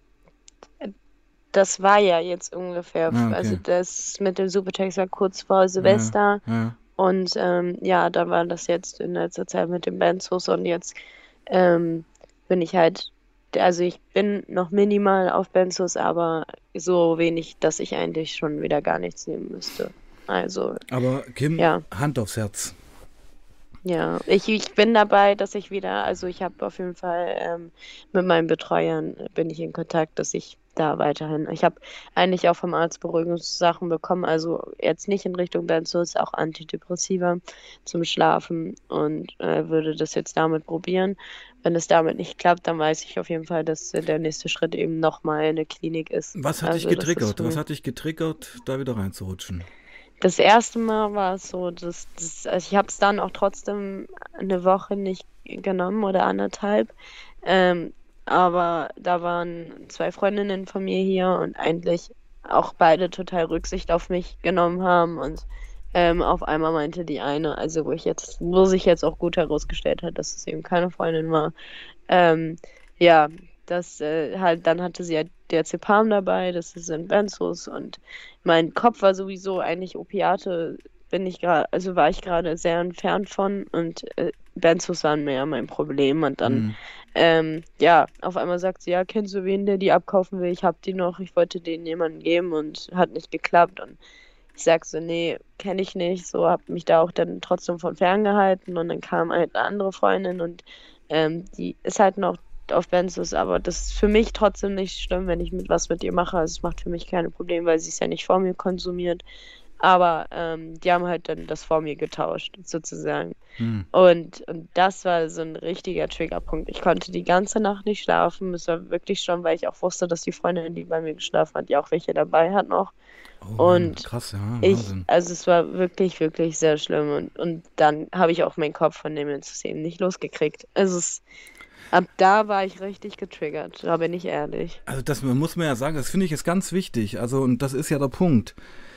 das war ja jetzt ungefähr, Ah, also okay. das mit dem Supertext war kurz vor Ja, Silvester ja. und ähm, ja, dann war das jetzt in letzter Zeit mit dem Benzos und jetzt ähm, bin ich halt, also ich bin noch minimal auf Benzos, aber so wenig, dass ich eigentlich schon wieder gar nichts nehmen müsste. Also Aber Kim, ja, Hand aufs Herz. ja, ich, ich bin dabei, dass ich wieder, also ich habe auf jeden Fall ähm, mit meinen Betreuern äh, bin ich in Kontakt, dass ich da weiterhin, ich habe eigentlich auch vom Arzt Beruhigungssachen bekommen, also jetzt nicht in Richtung Benzos, auch Antidepressiva zum Schlafen und äh, würde das jetzt damit probieren. Wenn es damit nicht klappt, dann weiß ich auf jeden Fall, dass äh, der nächste Schritt eben nochmal eine Klinik ist. Was hat dich Also das ist getriggert? für Was mich. hat dich getriggert, da wieder reinzurutschen? Das erste Mal war es so, dass, dass also ich habe es dann auch trotzdem eine Woche nicht genommen oder anderthalb. Ähm, aber da waren zwei Freundinnen von mir hier und eigentlich auch beide total Rücksicht auf mich genommen haben. Und ähm, auf einmal meinte die eine, also wo ich jetzt, wo sich jetzt auch gut herausgestellt hat, dass es eben keine Freundin war, ähm, ja, das äh, halt, dann hatte sie ja Diazepam dabei, das sind Benzos und mein Kopf war sowieso eigentlich Opiate, bin ich gerade, also war ich gerade sehr entfernt von und äh, Benzos waren mehr mein Problem und dann, Hm. ähm, ja, auf einmal sagt sie, ja, kennst du wen, der die abkaufen will? Ich hab die noch, ich wollte denen jemanden geben und hat nicht geklappt und ich sag so, nee, kenne ich nicht, so hab mich da auch dann trotzdem von ferngehalten und dann kam halt eine andere Freundin und ähm, die ist halt noch auf Benzos, aber das ist für mich trotzdem nicht schlimm, wenn ich mit was mit ihr mache. Also es macht für mich keine Probleme, weil sie es ja nicht vor mir konsumiert. Aber ähm, die haben halt dann das vor mir getauscht, sozusagen. Hm. Und, und das war so ein richtiger Triggerpunkt. Ich konnte die ganze Nacht nicht schlafen. Es war wirklich schon, weil ich auch wusste, dass die Freundin, die bei mir geschlafen hat, ja auch welche dabei hat noch. Oh Mann, Und krass, ja, ich, Wahnsinn. also es war wirklich, wirklich sehr schlimm. Und, und dann habe ich auch meinen Kopf von dem System nicht losgekriegt. Also es, ab da war ich richtig getriggert, da bin ich ehrlich. Also das muss man ja sagen, das finde ich ist ganz wichtig. Also und das ist ja der Punkt.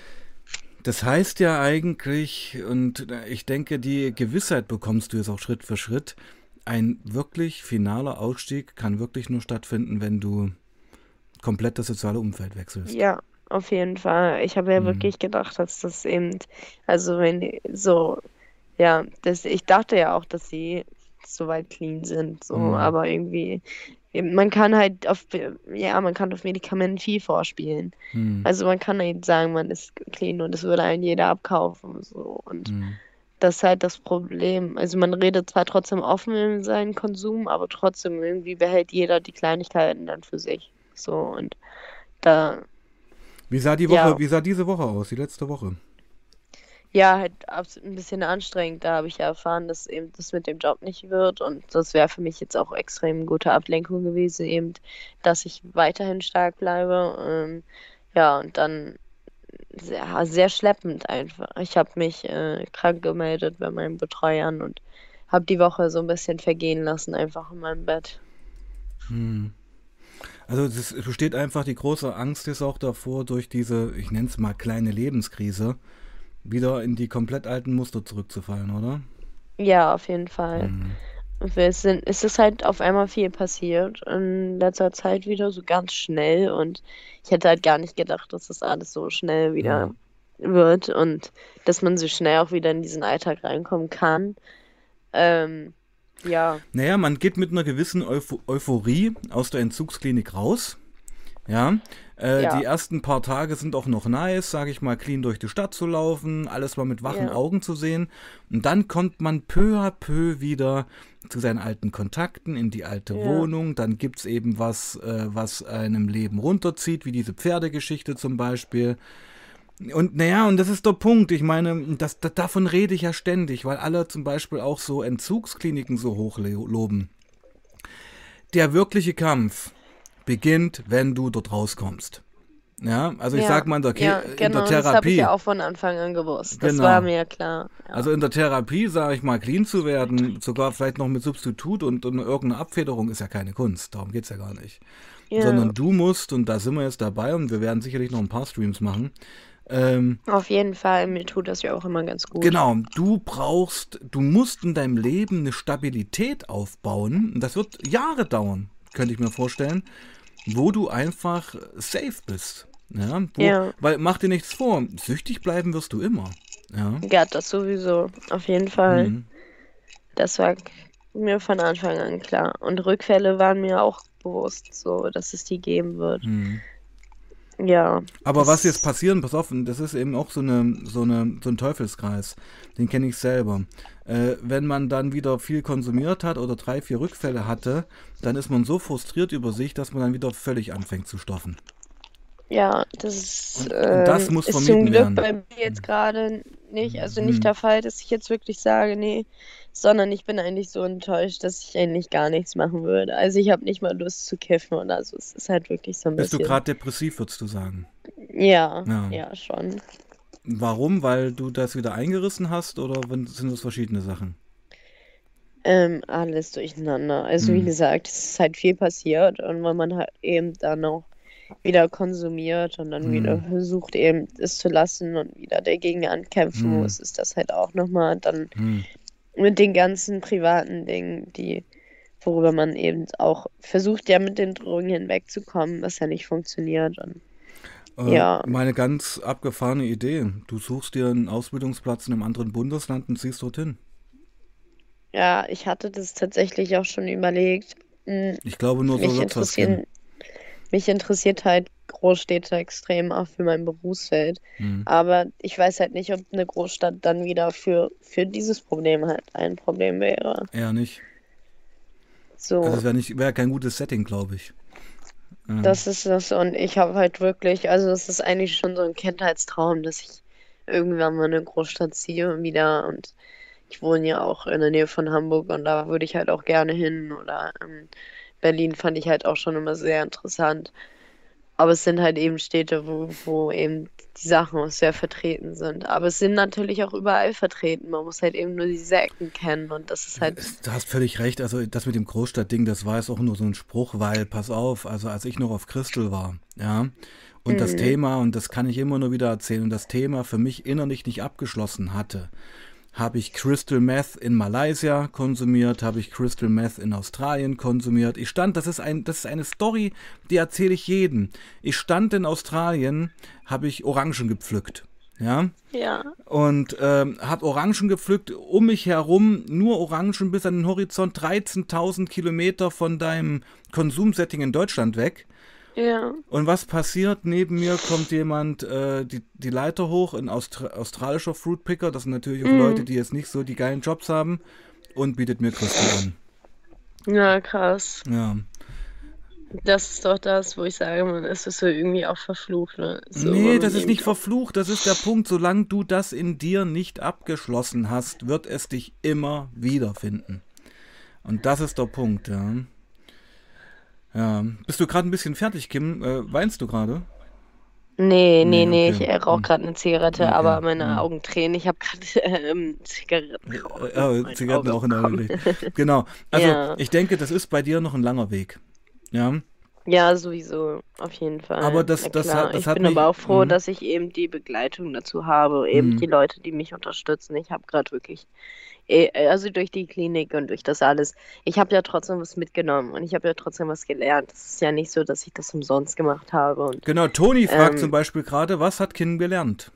Das heißt ja eigentlich, und ich denke, die Gewissheit bekommst du jetzt auch Schritt für Schritt, ein wirklich finaler Ausstieg kann wirklich nur stattfinden, wenn du komplett das soziale Umfeld wechselst. Ja, auf jeden Fall. Ich habe ja Hm. wirklich gedacht, dass das eben, also wenn die so, ja, das, ich dachte ja auch, dass sie soweit clean sind, so, Hm. aber irgendwie, eben, man kann halt auf, ja, man kann auf Medikamenten viel vorspielen. Hm. Also man kann halt sagen, man ist clean und es würde einen jeder abkaufen, so, und Hm. das ist halt das Problem. Also man redet zwar trotzdem offen in seinen Konsum, aber trotzdem irgendwie behält jeder die Kleinigkeiten dann für sich, so, und da, Wie sah die Woche, ja, wie sah diese Woche aus, die letzte Woche? ja, halt absolut ein bisschen anstrengend. Da habe ich ja erfahren, dass eben das mit dem Job nicht wird. Und das wäre für mich jetzt auch extrem gute Ablenkung gewesen, eben, dass ich weiterhin stark bleibe. Ähm, ja, und dann sehr, sehr schleppend einfach. Ich habe mich äh, krank gemeldet bei meinen Betreuern und habe die Woche so ein bisschen vergehen lassen, einfach in meinem Bett. Hm. Also es besteht einfach die große Angst ist auch davor, durch diese, ich nenne es mal kleine Lebenskrise, wieder in die komplett alten Muster zurückzufallen, oder? Ja, auf jeden Fall. Hm. Es sind, es ist halt auf einmal viel passiert in letzter Zeit wieder, so ganz schnell. Und ich hätte halt gar nicht gedacht, dass das alles so schnell Hm. wieder wird und dass man so schnell auch wieder in diesen Alltag reinkommen kann. Ähm, ja, Naja, man geht mit einer gewissen Euph Euphorie aus der Entzugsklinik raus. Ja, Äh, Ja. die ersten paar Tage sind auch noch nice, sage ich mal, clean durch die Stadt zu laufen, alles mal mit wachen Ja. Augen zu sehen. Und dann kommt man peu à peu wieder zu seinen alten Kontakten, in die alte Ja. Wohnung. Dann gibt es eben was, äh, was einem Leben runterzieht, wie diese Pferdegeschichte zum Beispiel. Und naja, und das ist der Punkt. Ich meine, das, das, davon rede ich ja ständig, weil alle zum Beispiel auch so Entzugskliniken so hochloben. Der wirkliche Kampf beginnt, wenn du dort rauskommst. Ja, also ich Ja, sag mal in der, Ke ja, in genau, der das habe ich Therapie, ja auch von Anfang an gewusst. Das war genau. mir ja klar. Ja. Also in der Therapie, sage ich mal, clean zu werden, sogar vielleicht noch mit Substitut und, und irgendeine Abfederung, ist ja keine Kunst. Darum geht's ja gar nicht. Ja, Sondern du musst, und da sind wir jetzt dabei, und wir werden sicherlich noch ein paar Streams machen, ähm, auf jeden Fall. Mir tut das ja auch immer ganz gut. genau, du brauchst, du musst in deinem Leben eine Stabilität aufbauen, und das wird Jahre dauern, könnte ich mir vorstellen, wo du einfach safe bist. Ja, wo, Ja. weil mach dir nichts vor, süchtig bleiben wirst du immer. Ja. Ja, das sowieso. Auf jeden Fall. Mhm. Das war mir von Anfang an klar. Und Rückfälle waren mir auch bewusst, so, dass es die geben wird. Mhm. Ja, Aber was jetzt das, passieren, pass auf, und das ist eben auch so, eine, so, eine, so ein Teufelskreis, den kenne ich selber. Äh, wenn man dann wieder viel konsumiert hat oder drei, vier Rückfälle hatte, dann ist man so frustriert über sich, dass man dann wieder völlig anfängt zu stoffen. ja, das ist, Und, und das ähm, muss ist zum vermieden Glück werden. bei mir jetzt gerade nicht, also nicht Mhm. der Fall, dass ich jetzt wirklich sage, nee, sondern ich bin eigentlich so enttäuscht, dass ich eigentlich gar nichts machen würde. Also ich habe nicht mal Lust zu kiffen oder so. Es ist halt wirklich so ein Bist du bisschen, gerade depressiv, würdest du sagen? ja, Ja. ja, schon. Warum? Weil du das wieder eingerissen hast oder wenn- sind das verschiedene Sachen? Ähm, alles durcheinander. Also wie Mhm. gesagt, es ist halt viel passiert und wenn man halt eben dann auch wieder konsumiert und dann wieder Mhm. versucht eben es zu lassen und wieder dagegen ankämpfen Mhm. muss, ist das halt auch nochmal dann Mhm. mit den ganzen privaten Dingen, die, worüber man eben auch versucht, ja mit den Drogen hinwegzukommen, was ja nicht funktioniert. Und Äh, ja, meine ganz abgefahrene Idee. Du suchst dir einen Ausbildungsplatz in einem anderen Bundesland und ziehst dorthin. ja, ich hatte das tatsächlich auch schon überlegt. Hm, Ich glaube, nur so Mich wird's was geben. interessieren, mich interessiert halt Großstädte extrem auch für mein Berufsfeld. Mhm. Aber ich weiß halt nicht, ob eine Großstadt dann wieder für, für dieses Problem halt ein Problem wäre. Eher nicht. So. Also es wäre nicht, wäre kein gutes Setting, glaube ich. Ja. Das ist das und ich habe halt wirklich, also es ist eigentlich schon so ein Kindheitstraum, dass ich irgendwann mal in eine Großstadt ziehe wieder und ich wohne ja auch in der Nähe von Hamburg und da würde ich halt auch gerne hin oder ähm, Berlin fand ich halt auch schon immer sehr interessant. Aber es sind halt eben Städte, wo, wo eben die Sachen auch sehr vertreten sind. Aber es sind natürlich auch überall vertreten. Man muss halt eben nur diese Ecken kennen und das ist halt, Es- Du hast völlig recht. Also das mit dem Großstadtding, das war jetzt auch nur so ein Spruch, weil, pass auf, also als ich noch auf Crystal war, ja, und das mm, Thema, und das kann ich immer nur wieder erzählen, und das Thema für mich innerlich nicht abgeschlossen hatte, habe ich Crystal Meth in Malaysia konsumiert, habe ich Crystal Meth in Australien konsumiert. Ich stand, das ist ein, das ist eine Story, die erzähle ich jedem. Ich stand in Australien, habe ich Orangen gepflückt, ja, ja, und ähm, habe Orangen gepflückt, um mich herum nur Orangen bis an den Horizont, dreizehntausend Kilometer von deinem Konsumsetting in Deutschland weg. ja, Und was passiert? Neben mir kommt jemand äh, die, die Leiter hoch, ein Austra australischer Fruitpicker, das sind natürlich auch Leute, mm, die jetzt nicht so die geilen Jobs haben, und bietet mir Crystal ja, krass. an. Ja. Das ist doch das, wo ich sage, man, es ist so irgendwie auch verflucht, ne? So, Nee, weil das man ist eben nicht auch, verflucht, das ist der Punkt. Solange du das in dir nicht abgeschlossen hast, wird es dich immer wiederfinden. Und das ist der Punkt, ja. Ja. Bist du gerade ein bisschen fertig, Kim? Äh, weinst du gerade? nee, nee, Nee, nee, okay. ich äh, rauche Hm. gerade eine Zigarette, Okay. aber meine Hm. Augen tränen. Ich habe gerade ähm, Zigarettenrauch Äh, in äh, mein Zigaretten Auge auch in der bekommen. Licht. Genau. Also, Ja, ich denke, das ist bei dir noch ein langer Weg. Ja. ja, sowieso, auf jeden Aber Fall. das, Na das hat, klar, das ich hat bin aber mich. auch froh, Hm, dass ich eben die Begleitung dazu habe, eben die hm. Leute, die mich unterstützen. Ich habe gerade wirklich, eh, also durch die Klinik und durch das alles, ich habe ja trotzdem was mitgenommen und ich habe ja trotzdem was gelernt. Es ist ja nicht so, dass ich das umsonst gemacht habe und Genau, Toni fragt zum ähm, Beispiel gerade, was hat Kim gelernt?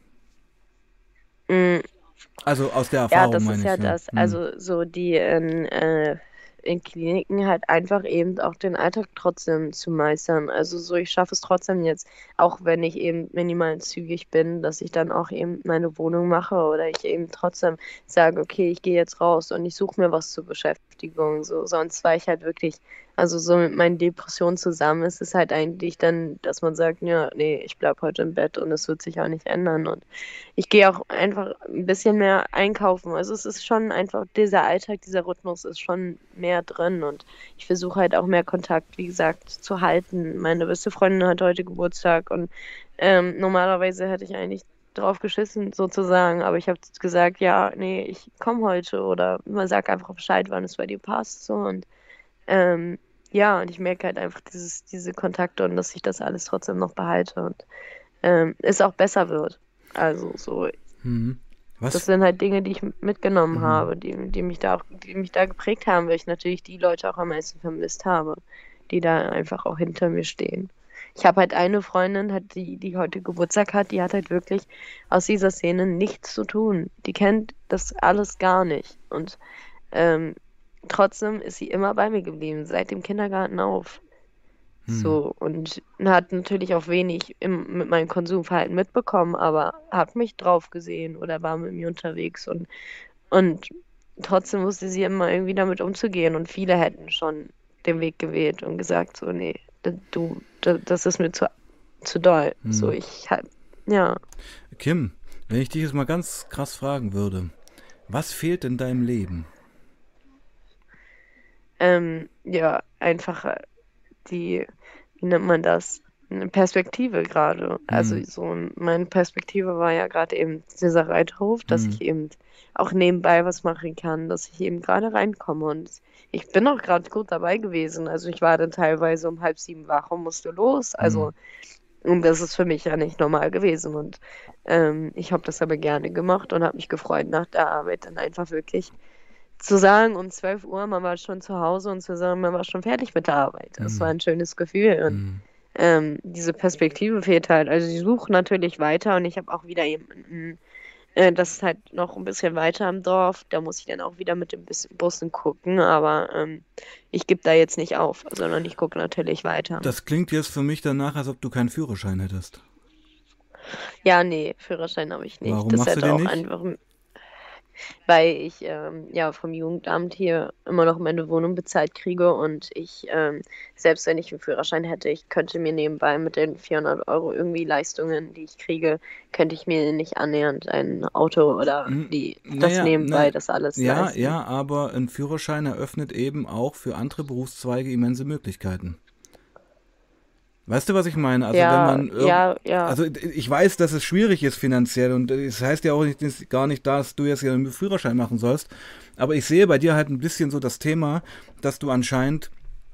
mh, Also aus der ja, Erfahrung das ist meine ja ich, ja. das. Hm. Also so die, ähm, äh, in Kliniken halt einfach eben auch den Alltag trotzdem zu meistern. Also so, ich schaffe es trotzdem jetzt, auch wenn ich eben minimal zügig bin, dass ich dann auch eben meine Wohnung mache oder ich eben trotzdem sage, okay, ich gehe jetzt raus und ich suche mir was zur Beschäftigung. So, sonst war ich halt wirklich, also so mit meinen Depressionen zusammen ist es halt eigentlich dann, dass man sagt, ja, nee, ich bleib heute im Bett und es wird sich auch nicht ändern. Und ich gehe auch einfach ein bisschen mehr einkaufen. Also es ist schon einfach, dieser Alltag, dieser Rhythmus ist schon mehr drin und ich versuche halt auch mehr Kontakt, wie gesagt, zu halten. Meine beste Freundin hat heute Geburtstag und ähm, normalerweise hätte ich eigentlich drauf geschissen sozusagen, aber ich habe gesagt, ja, nee, ich komme heute oder man sagt einfach Bescheid, wann es bei dir passt so und ähm, ja, und ich merke halt einfach dieses, diese Kontakte und dass ich das alles trotzdem noch behalte und ähm, es auch besser wird. Also so, Mhm. das Was? sind halt Dinge, die ich mitgenommen Mhm. habe, die, die mich da auch, die mich da geprägt haben, weil ich natürlich die Leute auch am meisten vermisst habe, die da einfach auch hinter mir stehen. Ich habe halt eine Freundin, hat die, die heute Geburtstag hat, die hat halt wirklich aus dieser Szene nichts zu tun. Die kennt das alles gar nicht. Und ähm, trotzdem ist sie immer bei mir geblieben, seit dem Kindergarten auf. Hm. So, und hat natürlich auch wenig im, mit meinem Konsumverhalten mitbekommen, aber hat mich drauf gesehen oder war mit mir unterwegs und, und trotzdem wusste sie immer irgendwie damit umzugehen und viele hätten schon den Weg gewählt und gesagt, so, nee, d- du, d- das ist mir zu, zu doll. So, Hm. ich halt, ja, Kim, wenn ich dich jetzt mal ganz krass fragen würde, was fehlt in deinem Leben? ähm, ja, einfach äh, die, wie nennt man das? Eine Perspektive gerade. Also Hm. so ein- meine Perspektive war ja gerade eben dieser Reiterhof, dass Hm. ich eben auch nebenbei was machen kann, dass ich eben gerade reinkomme und ich bin auch gerade gut dabei gewesen. Also ich war dann teilweise um halb sieben wach und musste los. Hm. Also und das ist für mich ja nicht normal gewesen und ähm, ich habe das aber gerne gemacht und habe mich gefreut nach der Arbeit dann einfach wirklich zu sagen, um zwölf Uhr, man war schon zu Hause und zu sagen, man war schon fertig mit der Arbeit. Das war Hm. ein schönes Gefühl und Hm. ähm, diese Perspektive fehlt halt. Also ich suche natürlich weiter und ich habe auch wieder jemanden, äh, das ist halt noch ein bisschen weiter im Dorf. Da muss ich dann auch wieder mit dem Bus Bussen gucken, aber ähm, ich gebe da jetzt nicht auf, sondern ich gucke natürlich weiter. Das klingt jetzt für mich danach, als ob du keinen Führerschein hättest. Ja, nee, Führerschein habe ich nicht. Warum Das machst du hätte den auch nicht? einfach weil ich ähm, ja vom Jugendamt hier immer noch meine Wohnung bezahlt kriege und ich, ähm, selbst wenn ich einen Führerschein hätte, ich könnte mir nebenbei mit den vierhundert Euro irgendwie Leistungen, die ich kriege, könnte ich mir nicht annähernd ein Auto oder Hm. die das Naja, nebenbei na, das alles ja, leisten. ja, aber ein Führerschein eröffnet eben auch für andere Berufszweige immense Möglichkeiten. Weißt du, was ich meine? Also wenn Ja, man irgend, ja, ja, also ich weiß, dass es schwierig ist finanziell und es heißt ja auch nicht, das- gar nicht, dass du jetzt ja einen Führerschein machen sollst, aber ich sehe bei dir halt ein bisschen so das Thema, dass du anscheinend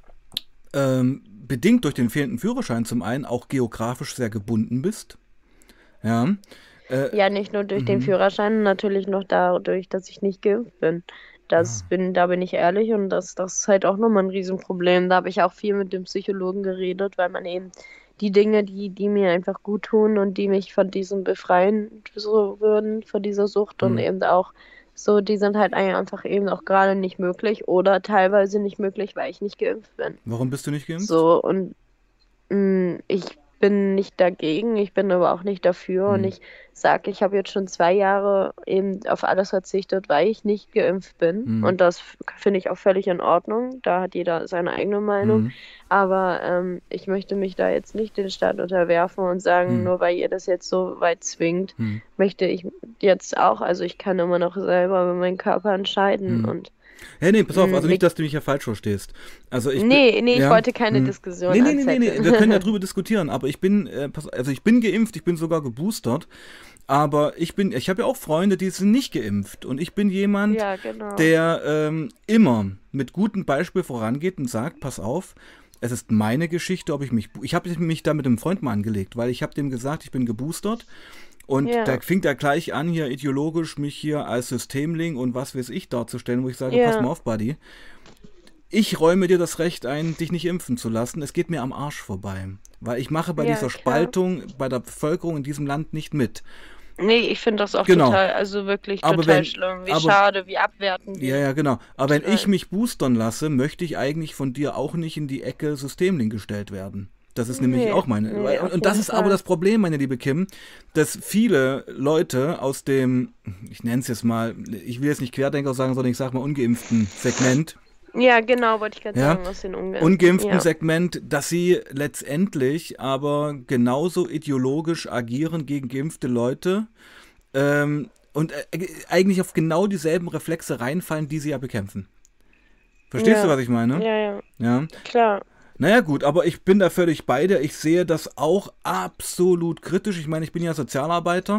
ähm, bedingt durch den fehlenden Führerschein zum einen auch geografisch sehr gebunden bist. Ja. Äh, ja, nicht nur durch den mhm. Führerschein, natürlich noch dadurch, dass ich nicht geimpft bin. Das Ah. bin, da bin ich ehrlich und das, das ist halt auch nochmal ein Riesenproblem. Da habe ich auch viel mit dem Psychologen geredet, weil man eben die Dinge, die, die mir einfach gut tun und die mich von diesem befreien so würden, von dieser Sucht und Hm. eben auch so, die sind halt einfach eben auch gerade nicht möglich oder teilweise nicht möglich, weil ich nicht geimpft bin. Warum bist du nicht geimpft? So, und Mm, Ich bin nicht dagegen, ich bin aber auch nicht dafür und Hm. ich sage, ich habe jetzt schon zwei Jahre eben auf alles verzichtet, weil ich nicht geimpft bin Hm. und das f- finde ich auch völlig in Ordnung, da hat jeder seine eigene Meinung, Hm. aber ähm, ich möchte mich da jetzt nicht den Staat unterwerfen und sagen, Hm. nur weil ihr das jetzt so weit zwingt, Hm. möchte ich jetzt auch, also ich kann immer noch selber über meinen Körper entscheiden Hm. und Hey, nee, pass auf, mm, also nicht, mir, dass du mich ja falsch verstehst. Also ich bin, nee, nee, ich ja, wollte keine hm. Diskussion Nee, nee, nee, nee, nee, wir können ja anzetteln. drüber diskutieren, aber ich bin, äh, pass, also ich bin geimpft, ich bin sogar geboostert, aber ich bin, ich habe ja auch Freunde, die sind nicht geimpft und ich bin jemand, Ja, genau. der ähm, immer mit gutem Beispiel vorangeht und sagt, pass auf, es ist meine Geschichte, ob ich mich, ich habe mich da mit einem Freund mal angelegt, weil ich habe dem gesagt, ich bin geboostert und da Ja, fing er gleich an, hier ideologisch mich hier als Systemling und was weiß ich darzustellen, wo ich sage, pass mal ja. auf, Buddy, ich räume dir das Recht ein, dich nicht impfen zu lassen. Es geht mir am Arsch vorbei. Weil ich mache bei Ja, dieser klar. Spaltung bei der Bevölkerung in diesem Land nicht mit. Nee, ich finde das auch Genau. total, also wirklich Aber total wenn, schlimm. Wie aber, schade, wie abwertend, ja, wie ja, genau. Aber wenn ich total. mich boostern lasse, möchte ich eigentlich von dir auch nicht in die Ecke Systemlink gestellt werden. Das ist nämlich Nee, auch meine. nee, Und, auf und das jeden ist aber Fall. das Problem, meine liebe Kim, dass viele Leute aus dem, ich nenne es jetzt mal, ich will jetzt nicht Querdenker sagen, sondern ich sage mal ungeimpften Segment, Ja, genau, wollte ich gerade ja, sagen, aus den Ungeimpften. ungeimpften Ja, Segment, dass sie letztendlich aber genauso ideologisch agieren gegen geimpfte Leute ähm, und äh, eigentlich auf genau dieselben Reflexe reinfallen, die sie ja bekämpfen. Verstehst du, ja, was ich meine? ja, ja, Ja. klar. Naja gut, aber ich bin da völlig bei dir. Ich sehe das auch absolut kritisch. Ich meine, ich bin ja Sozialarbeiter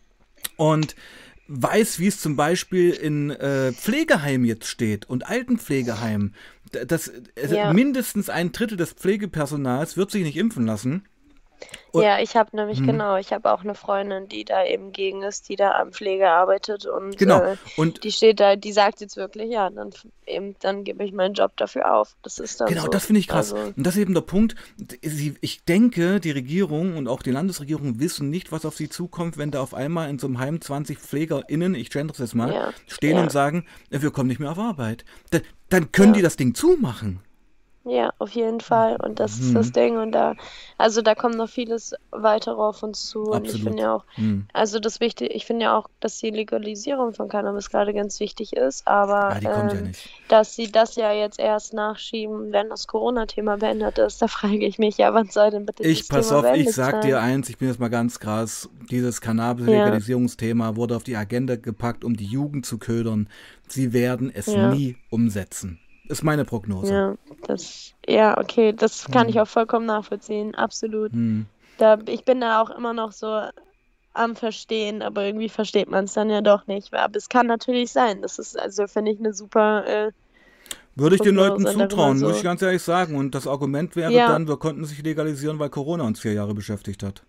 und weiß, wie es zum Beispiel in äh, Pflegeheimen jetzt steht und Altenpflegeheimen. D- Das, also Ja, mindestens ein Drittel des Pflegepersonals wird sich nicht impfen lassen. Und, ja, ich habe nämlich hm, genau, ich habe auch eine Freundin, die da eben gegen ist, die da am Pflege arbeitet und genau. äh, Und die steht da, die sagt jetzt wirklich, ja, dann f- eben, dann gebe ich meinen Job dafür auf. Das ist dann genau, so. das finde ich krass. Also, Und das ist eben der Punkt. Sie, ich denke, die Regierung und auch die Landesregierung wissen nicht, was auf sie zukommt, wenn da auf einmal in so einem Heim zwanzig PflegerInnen, ich gender das jetzt mal, ja, stehen ja, und sagen, äh, wir kommen nicht mehr auf Arbeit. Da, dann können die ja. das Ding zumachen. Ja, auf jeden Fall. Und das ist das Hm, Ding. Und da, also da kommt noch vieles weitere auf uns zu. Und ich finde absolut. ja auch, Hm. also das wichtig, ich finde ja auch, dass die Legalisierung von Cannabis gerade ganz wichtig ist, aber Ja, die kommt ja ähm, nicht. dass sie das ja jetzt erst nachschieben, wenn das Corona-Thema beendet ist, da frage ich mich ja, wann soll denn bitte Ich, dieses pass Thema auf, ich beendet sag dir sein? eins, ich bin jetzt mal ganz krass, dieses Ja, Cannabis-Legalisierungsthema wurde auf die Agenda gepackt, um die Jugend zu ködern. Sie werden es ja. nie umsetzen. Ist meine Prognose. Ja, das, ja, okay, das kann ich Hm. auch vollkommen nachvollziehen, absolut. Hm. Da, ich bin da auch immer noch so am Verstehen, aber irgendwie versteht man es dann ja doch nicht. Aber es kann natürlich sein. Das ist, also finde ich eine super äh, Würde ich den Leuten Prognose und darüber zutrauen, muss ich so. ganz ehrlich sagen. Und das Argument wäre Ja, dann, wir konnten sich legalisieren, weil Corona uns vier Jahre beschäftigt hat.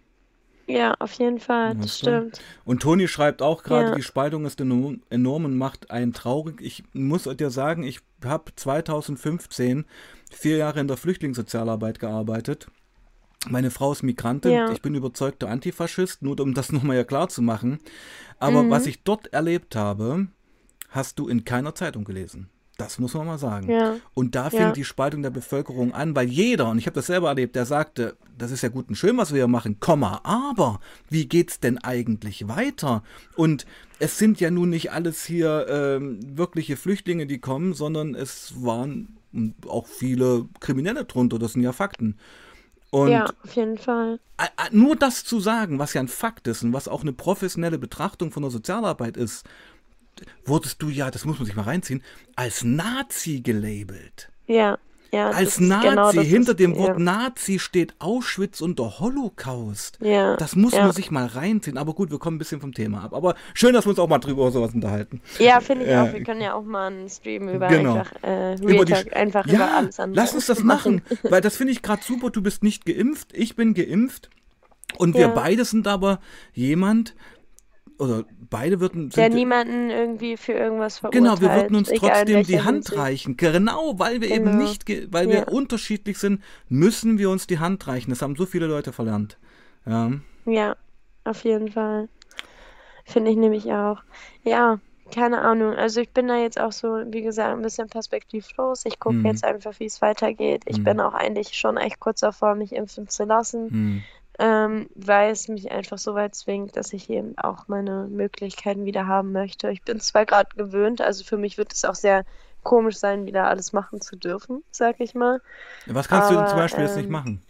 ja, auf jeden Fall, das Weißt du? stimmt. Und Toni schreibt auch gerade, Ja, die Spaltung ist enorm, enorm und macht einen traurig. Ich muss dir sagen, ich habe zwanzig fünfzehn vier Jahre in der Flüchtlingssozialarbeit gearbeitet. Meine Frau ist Migrantin, ja, ich bin überzeugter Antifaschist, nur um das nochmal ja klar zu machen. Aber was mhm, ich dort erlebt habe, hast du in keiner Zeitung gelesen. Das muss man mal sagen. ja, Und da fing ja, die Spaltung der Bevölkerung an, weil jeder, und ich habe das selber erlebt, der sagte, das ist ja gut und schön, was wir hier machen, Komma, aber wie geht's denn eigentlich weiter? Und es sind ja nun nicht alles hier ähm, wirkliche Flüchtlinge, die kommen, sondern es waren auch viele Kriminelle drunter, das sind ja Fakten. ja, Und auf jeden Fall. äh, äh, nur das zu sagen, was ja ein Fakt ist und was auch eine professionelle Betrachtung von der Sozialarbeit ist, wurdest du ja, das muss man sich mal reinziehen, als Nazi gelabelt. Ja, ja, Als das ist genau Nazi, das hinter ist, dem Wort ja, Nazi steht Auschwitz und der Holocaust. ja, Das muss man ja. sich mal reinziehen. Aber gut, wir kommen ein bisschen vom Thema ab. Aber schön, dass wir uns auch mal drüber sowas unterhalten. Ja, finde ich auch. Wir Äh, können ja auch mal einen Stream über genau. einfach äh, Über Real die. Sch- Talk, einfach über Ja, alles lass andere uns das machen. machen. Weil das finde ich gerade super. Du bist nicht geimpft, ich bin geimpft. Und wir Ja. beide sind aber jemand, oder beide würden, Der sind, niemanden irgendwie für irgendwas genau, wir würden verurteilt, uns egal in trotzdem die welcher Hand Hinsicht. reichen. Genau, weil wir eben Genau. nicht, ge- weil Ja, wir unterschiedlich sind, müssen wir uns die Hand reichen. Das haben so viele Leute verlernt. Ja. ja, auf jeden Fall. Finde ich nämlich auch. Ja, keine Ahnung. Also ich bin da jetzt auch so, wie gesagt, ein bisschen perspektivlos. Ich gucke Hm, jetzt einfach, wie es weitergeht. Ich hm, bin auch eigentlich schon echt kurz davor, mich impfen zu lassen, hm. ähm, weil es mich einfach so weit zwingt, dass ich eben auch meine Möglichkeiten wieder haben möchte. Ich bin zwar gerade gewöhnt, also für mich wird es auch sehr komisch sein, wieder alles machen zu dürfen, sag ich mal. Was kannst du denn zum Aber Beispiel jetzt nicht ähm, machen?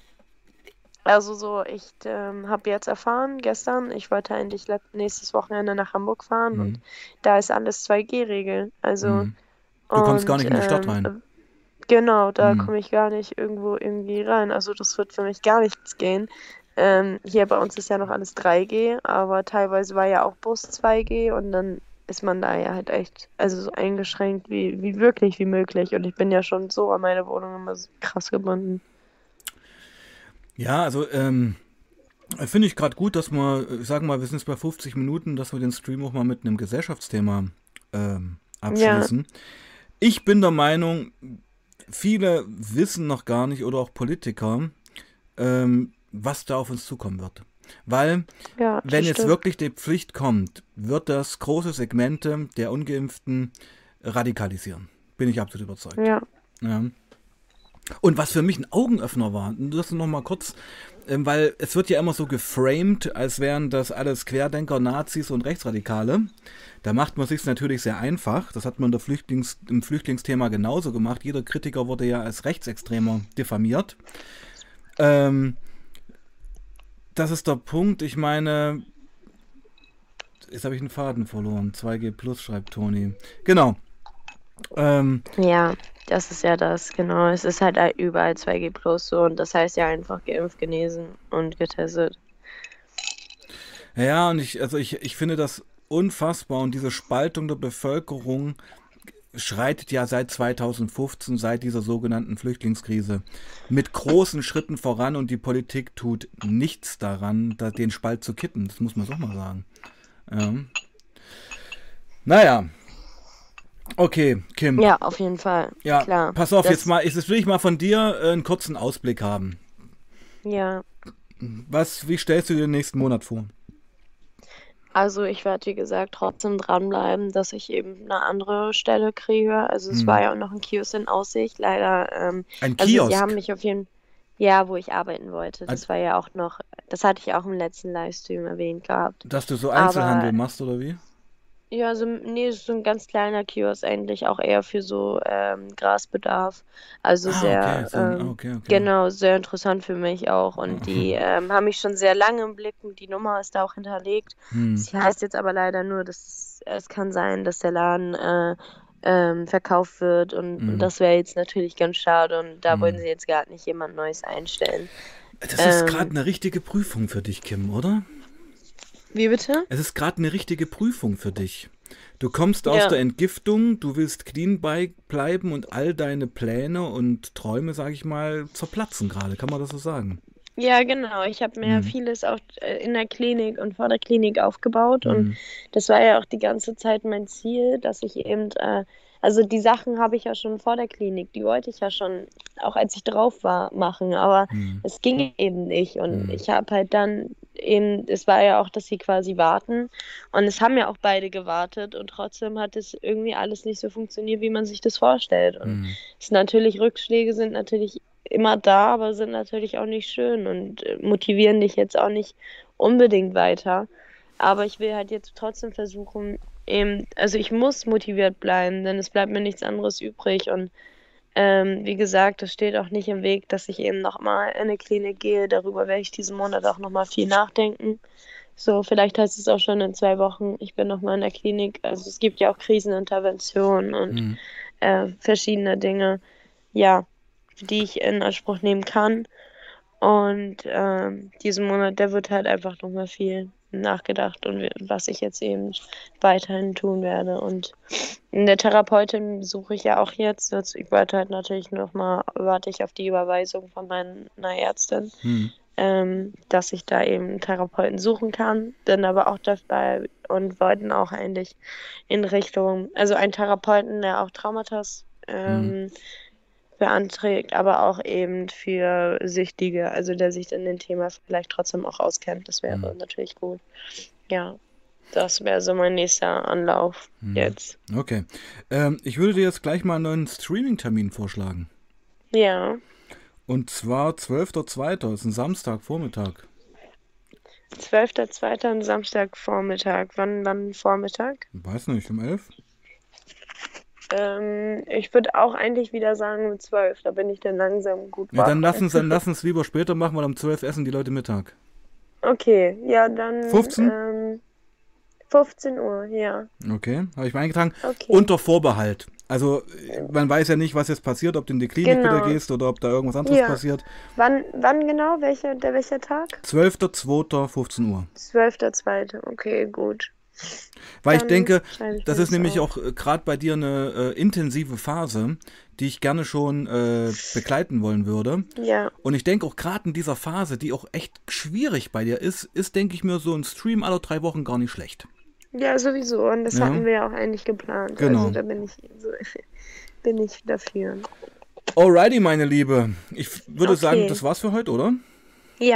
also so, ich ähm, habe jetzt erfahren gestern, ich wollte eigentlich let- nächstes Wochenende nach Hamburg fahren Hm, und da ist alles zwei G-Regel. Also hm. Du kommst gar und nicht in die Stadt ähm, rein. äh, genau, da Hm. komme ich gar nicht irgendwo irgendwie rein. Also das wird für mich gar nichts gehen. Ähm, hier bei uns ist ja noch alles drei G, aber teilweise war ja auch Bus zwei G und dann ist man da ja halt echt, also so eingeschränkt wie, wie wirklich wie möglich. Und ich bin ja schon so an meine Wohnung immer so krass gebunden. Ja, also ähm, finde ich gerade gut, dass wir, ich sage mal, wir sind jetzt bei fünfzig Minuten, dass wir den Stream auch mal mit einem Gesellschaftsthema ähm, Ja, abschließen. Ich bin der Meinung, viele wissen noch gar nicht oder auch Politiker, ähm, was da auf uns zukommen wird. Weil, Ja, das wenn jetzt stimmt. wirklich die Pflicht kommt, wird das große Segmente der Ungeimpften radikalisieren. Bin ich absolut überzeugt. Ja. Ja. Und was für mich ein Augenöffner war, das noch mal kurz, ähm, weil es wird ja immer so geframed, als wären das alles Querdenker, Nazis und Rechtsradikale. Da macht man sich natürlich sehr einfach. Das hat man in der Flüchtlings-, im Flüchtlingsthema genauso gemacht. Jeder Kritiker wurde ja als Rechtsextremer diffamiert. Ähm, das ist der Punkt. Ich meine, jetzt habe ich einen Faden verloren. zwei G plus, schreibt Toni. Genau. Ähm, Ja, das ist ja das, genau. Es ist halt überall zwei G plus so und das heißt ja einfach geimpft, genesen und getestet. ja, und ich, also ich, ich finde das unfassbar und diese Spaltung der Bevölkerung schreitet ja seit zweitausendfünfzehn, seit dieser sogenannten Flüchtlingskrise, mit großen Schritten voran und die Politik tut nichts daran, da, den Spalt zu kitten. Das muss man doch mal sagen. Ja. Naja. Okay, Kim. Ja, auf jeden Fall. Ja, Klar. pass auf, Das, jetzt mal, jetzt will ich mal von dir äh, einen kurzen Ausblick haben. ja. Was, wie stellst du dir den nächsten Monat vor? Also ich werde, wie gesagt, trotzdem dranbleiben, dass ich eben eine andere Stelle kriege. Also es Hm. war ja auch noch ein Kiosk in Aussicht. Leider, ähm, Ein also Kiosk? sie haben mich auf jeden ja, wo ich arbeiten wollte. Das war ja auch noch, das hatte ich auch im letzten Livestream erwähnt gehabt. Dass du so Einzelhandel Aber machst, oder wie? ja, so, nee, es ist so ein ganz kleiner Kiosk eigentlich, auch eher für so ähm, Grasbedarf. Also Ah, okay, sehr, so ein, ah, ähm, okay, okay. genau, sehr interessant für mich auch. Und die ähm, haben mich schon sehr lange im Blick und die Nummer ist da auch hinterlegt. Hm. Sie heißt jetzt aber leider nur, dass es, es kann sein, dass der Laden äh, ähm, verkauft wird und, und Mhm. das wäre jetzt natürlich ganz schade und da wollen Hm. sie jetzt gar nicht jemand Neues einstellen. Das ist Ähm, gerade eine richtige Prüfung für dich, Kim, oder? Wie bitte? Es ist gerade eine richtige Prüfung für dich. Du kommst aus Ja. der Entgiftung, du willst clean bei bleiben und all deine Pläne und Träume, sag ich mal, zerplatzen gerade. Kann man das so sagen? Ja, genau. Ich habe mir Hm. vieles auch äh, in der Klinik und vor der Klinik aufgebaut und Hm. das war ja auch die ganze Zeit mein Ziel, dass ich eben, äh, also die Sachen habe ich ja schon vor der Klinik, die wollte ich ja schon, auch als ich drauf war, machen, aber Hm. es ging eben nicht und Hm. ich habe halt dann eben, es war ja auch, dass sie quasi warten und es haben ja auch beide gewartet und trotzdem hat es irgendwie alles nicht so funktioniert, wie man sich das vorstellt und Hm. es ist natürlich, Rückschläge sind natürlich immer da, aber sind natürlich auch nicht schön und äh, motivieren dich jetzt auch nicht unbedingt weiter. Aber ich will halt jetzt trotzdem versuchen, eben, also ich muss motiviert bleiben, denn es bleibt mir nichts anderes übrig. Und ähm, wie gesagt, das steht auch nicht im Weg, dass ich eben nochmal in eine Klinik gehe. Darüber werde ich diesen Monat auch nochmal viel nachdenken. So, vielleicht heißt es auch schon in zwei Wochen, ich bin nochmal in der Klinik. Also es gibt ja auch Kriseninterventionen und Hm. äh, verschiedene Dinge. Ja, die ich in Anspruch nehmen kann. Und ähm, diesen Monat, der wird halt einfach nochmal viel nachgedacht und was ich jetzt eben weiterhin tun werde. Und in der Therapeutin suche ich ja auch jetzt. jetzt ich warte halt natürlich nochmal, warte ich auf die Überweisung von meiner Ärztin, Hm. ähm, dass ich da eben einen Therapeuten suchen kann. Bin aber auch dabei und wollten auch eigentlich in Richtung, also einen Therapeuten, der auch Traumata ähm, beantragt, aber auch eben für Süchtige, also der sich in dem Thema vielleicht trotzdem auch auskennt. Das wäre Hm. natürlich gut. Ja, das wäre so mein nächster Anlauf Hm. jetzt. Okay. Ähm, ich würde dir jetzt gleich mal einen neuen Streaming-Termin vorschlagen. Ja, Und zwar zwölfter zweiter ist ein Samstagvormittag. zwölfter zweiter Samstagvormittag. Wann, wann Vormittag? Weiß nicht, um elf? Ähm, ich würde auch eigentlich wieder sagen um zwölf. Da bin ich dann langsam gut Ja, wach. dann lass uns dann lass uns lieber später machen, weil um zwölf essen die Leute Mittag. Okay, ja, dann fünfzehn? ähm, fünfzehn Uhr, ja. Okay, habe ich mal eingetragen. Okay. Unter Vorbehalt. Also man weiß ja nicht, was jetzt passiert, ob du in die Klinik Genau. wieder gehst oder ob da irgendwas anderes Ja. passiert. Wann, wann genau? Welcher, der welcher Tag? zwölfter zweiter fünfzehn Uhr. zwölfter zweiter Okay, gut. Weil ich Dann denke, schreibe ich das mir ist nämlich auf. auch äh, gerade bei dir eine äh, intensive Phase, die ich gerne schon äh, begleiten wollen würde. Ja, Und ich denke auch gerade in dieser Phase, die auch echt schwierig bei dir ist, ist, denke ich mir, so ein Stream alle drei Wochen gar nicht schlecht. ja, sowieso. Und das Ja. hatten wir ja auch eigentlich geplant. Genau. Also da bin ich, so, bin ich dafür. Alrighty, meine Liebe. Ich würde Okay. sagen, das war's für heute, oder? Ja,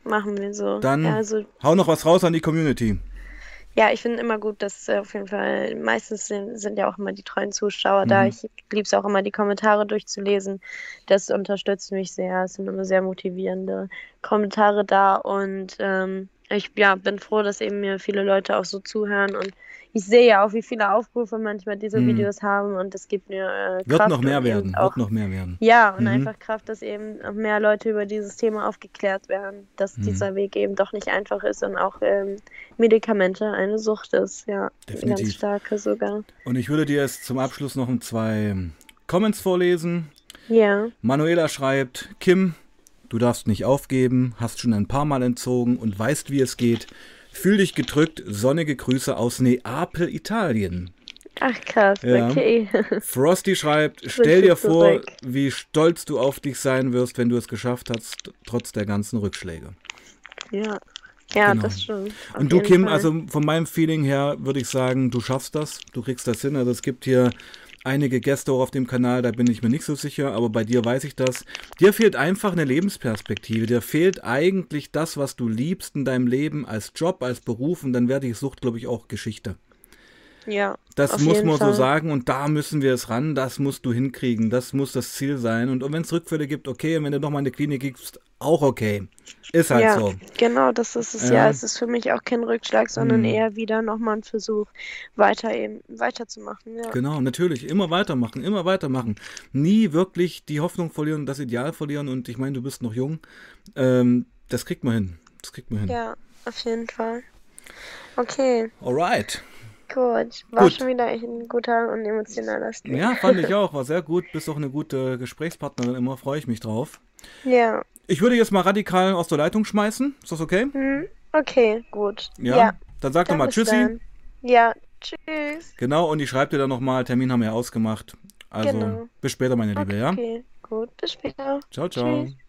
machen wir so. Dann Ja, also, hau noch was raus an die Community. ja, ich finde immer gut, dass äh, auf jeden Fall, meistens sind, sind ja auch immer die treuen Zuschauer da. Mhm. Ich liebe es auch immer, die Kommentare durchzulesen. Das unterstützt mich sehr. Es sind immer sehr motivierende Kommentare da und ähm, ich ja, bin froh, dass eben mir viele Leute auch so zuhören und ich sehe ja auch, wie viele Aufrufe manchmal diese Mhm. Videos haben und das gibt mir äh, Wird Kraft noch mehr und eben werden, auch wird noch mehr werden. ja, und Mhm. einfach Kraft, dass eben auch mehr Leute über dieses Thema aufgeklärt werden, dass Mhm. dieser Weg eben doch nicht einfach ist und auch ähm, Medikamente eine Sucht ist, ja, eine ganz Definitiv. starke sogar. Und ich würde dir jetzt zum Abschluss noch zwei Comments vorlesen. Ja, Manuela schreibt, Kim, du darfst nicht aufgeben, hast schon ein paar Mal entzogen und weißt, wie es geht. Fühl dich gedrückt, sonnige Grüße aus Neapel, Italien. ach krass, Ja. okay. Frosty schreibt, stell Grüße dir vor, zurück. wie stolz du auf dich sein wirst, wenn du es geschafft hast, trotz der ganzen Rückschläge. Ja, ja, Genau. das stimmt. Auf Und du, jeden Kim, Fall. also von meinem Feeling her würde ich sagen, du schaffst das, du kriegst das hin. Also es gibt hier einige Gäste auch auf dem Kanal, da bin ich mir nicht so sicher, aber bei dir weiß ich das. Dir fehlt einfach eine Lebensperspektive, dir fehlt eigentlich das, was du liebst in deinem Leben als Job, als Beruf und dann wäre die Sucht, glaube ich, auch Geschichte. Ja, Das auf muss jeden man so Fall. sagen und da müssen wir es ran, das musst du hinkriegen, das muss das Ziel sein. Und, und wenn es Rückfälle gibt, okay, und wenn du nochmal in die Klinik gehst, auch okay. Ist halt Ja, so. genau, das ist es Ja. ja. Es ist für mich auch kein Rückschlag, sondern Hm. eher wieder nochmal ein Versuch, weiter eben weiterzumachen. Ja. Genau, natürlich. Immer weitermachen, immer weitermachen. Nie wirklich die Hoffnung verlieren, das Ideal verlieren. Und ich meine, du bist noch jung. Ähm, das kriegt man hin. Das kriegt man hin. Ja, auf jeden Fall. Okay, Alright. gut. War Gut. schon wieder echt ein guter und emotionaler Stream. Ja, fand ich auch. War sehr gut. Bist auch eine gute Gesprächspartnerin immer. Freue ich mich drauf. Ja. Ich würde jetzt mal radikal aus der Leitung schmeißen. Ist das okay? Hm, okay, gut. Ja. Ja, Dann sag doch dann mal bis Tschüssi. dann. Ja, tschüss. Genau, und ich schreibe dir dann nochmal. Termin haben wir ja ausgemacht. Also, Genau. bis später, meine Liebe, ja? Okay, gut. Bis später. Ciao, ciao. Tschüss.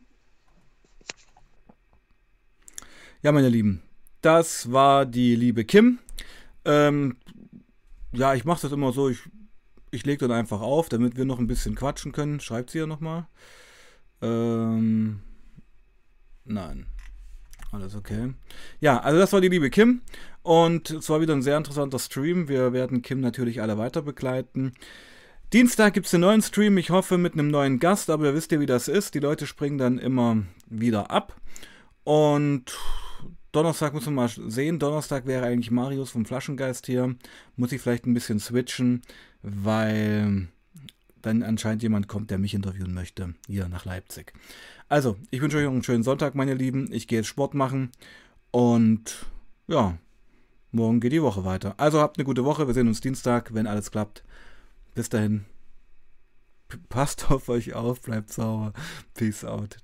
Ja, meine Lieben, das war die liebe Kim. Ähm, ja, ich mache das immer so, ich, ich lege dann einfach auf, damit wir noch ein bisschen quatschen können. Schreibt sie ja nochmal. Ähm, nein. Alles okay. Ja, also das war die liebe Kim. Und es war wieder ein sehr interessanter Stream. Wir werden Kim natürlich alle weiter begleiten. Dienstag gibt es einen neuen Stream, ich hoffe mit einem neuen Gast, aber ihr wisst ja, wie das ist. Die Leute springen dann immer wieder ab. Und Donnerstag muss man mal sehen. Donnerstag wäre eigentlich Marius vom Flaschengeist hier. Muss ich vielleicht ein bisschen switchen, weil dann anscheinend jemand kommt, der mich interviewen möchte, hier nach Leipzig. Also, ich wünsche euch noch einen schönen Sonntag, meine Lieben. Ich gehe jetzt Sport machen und ja, morgen geht die Woche weiter. Also habt eine gute Woche. Wir sehen uns Dienstag, wenn alles klappt. Bis dahin. Passt auf euch auf, bleibt sauber. Peace out.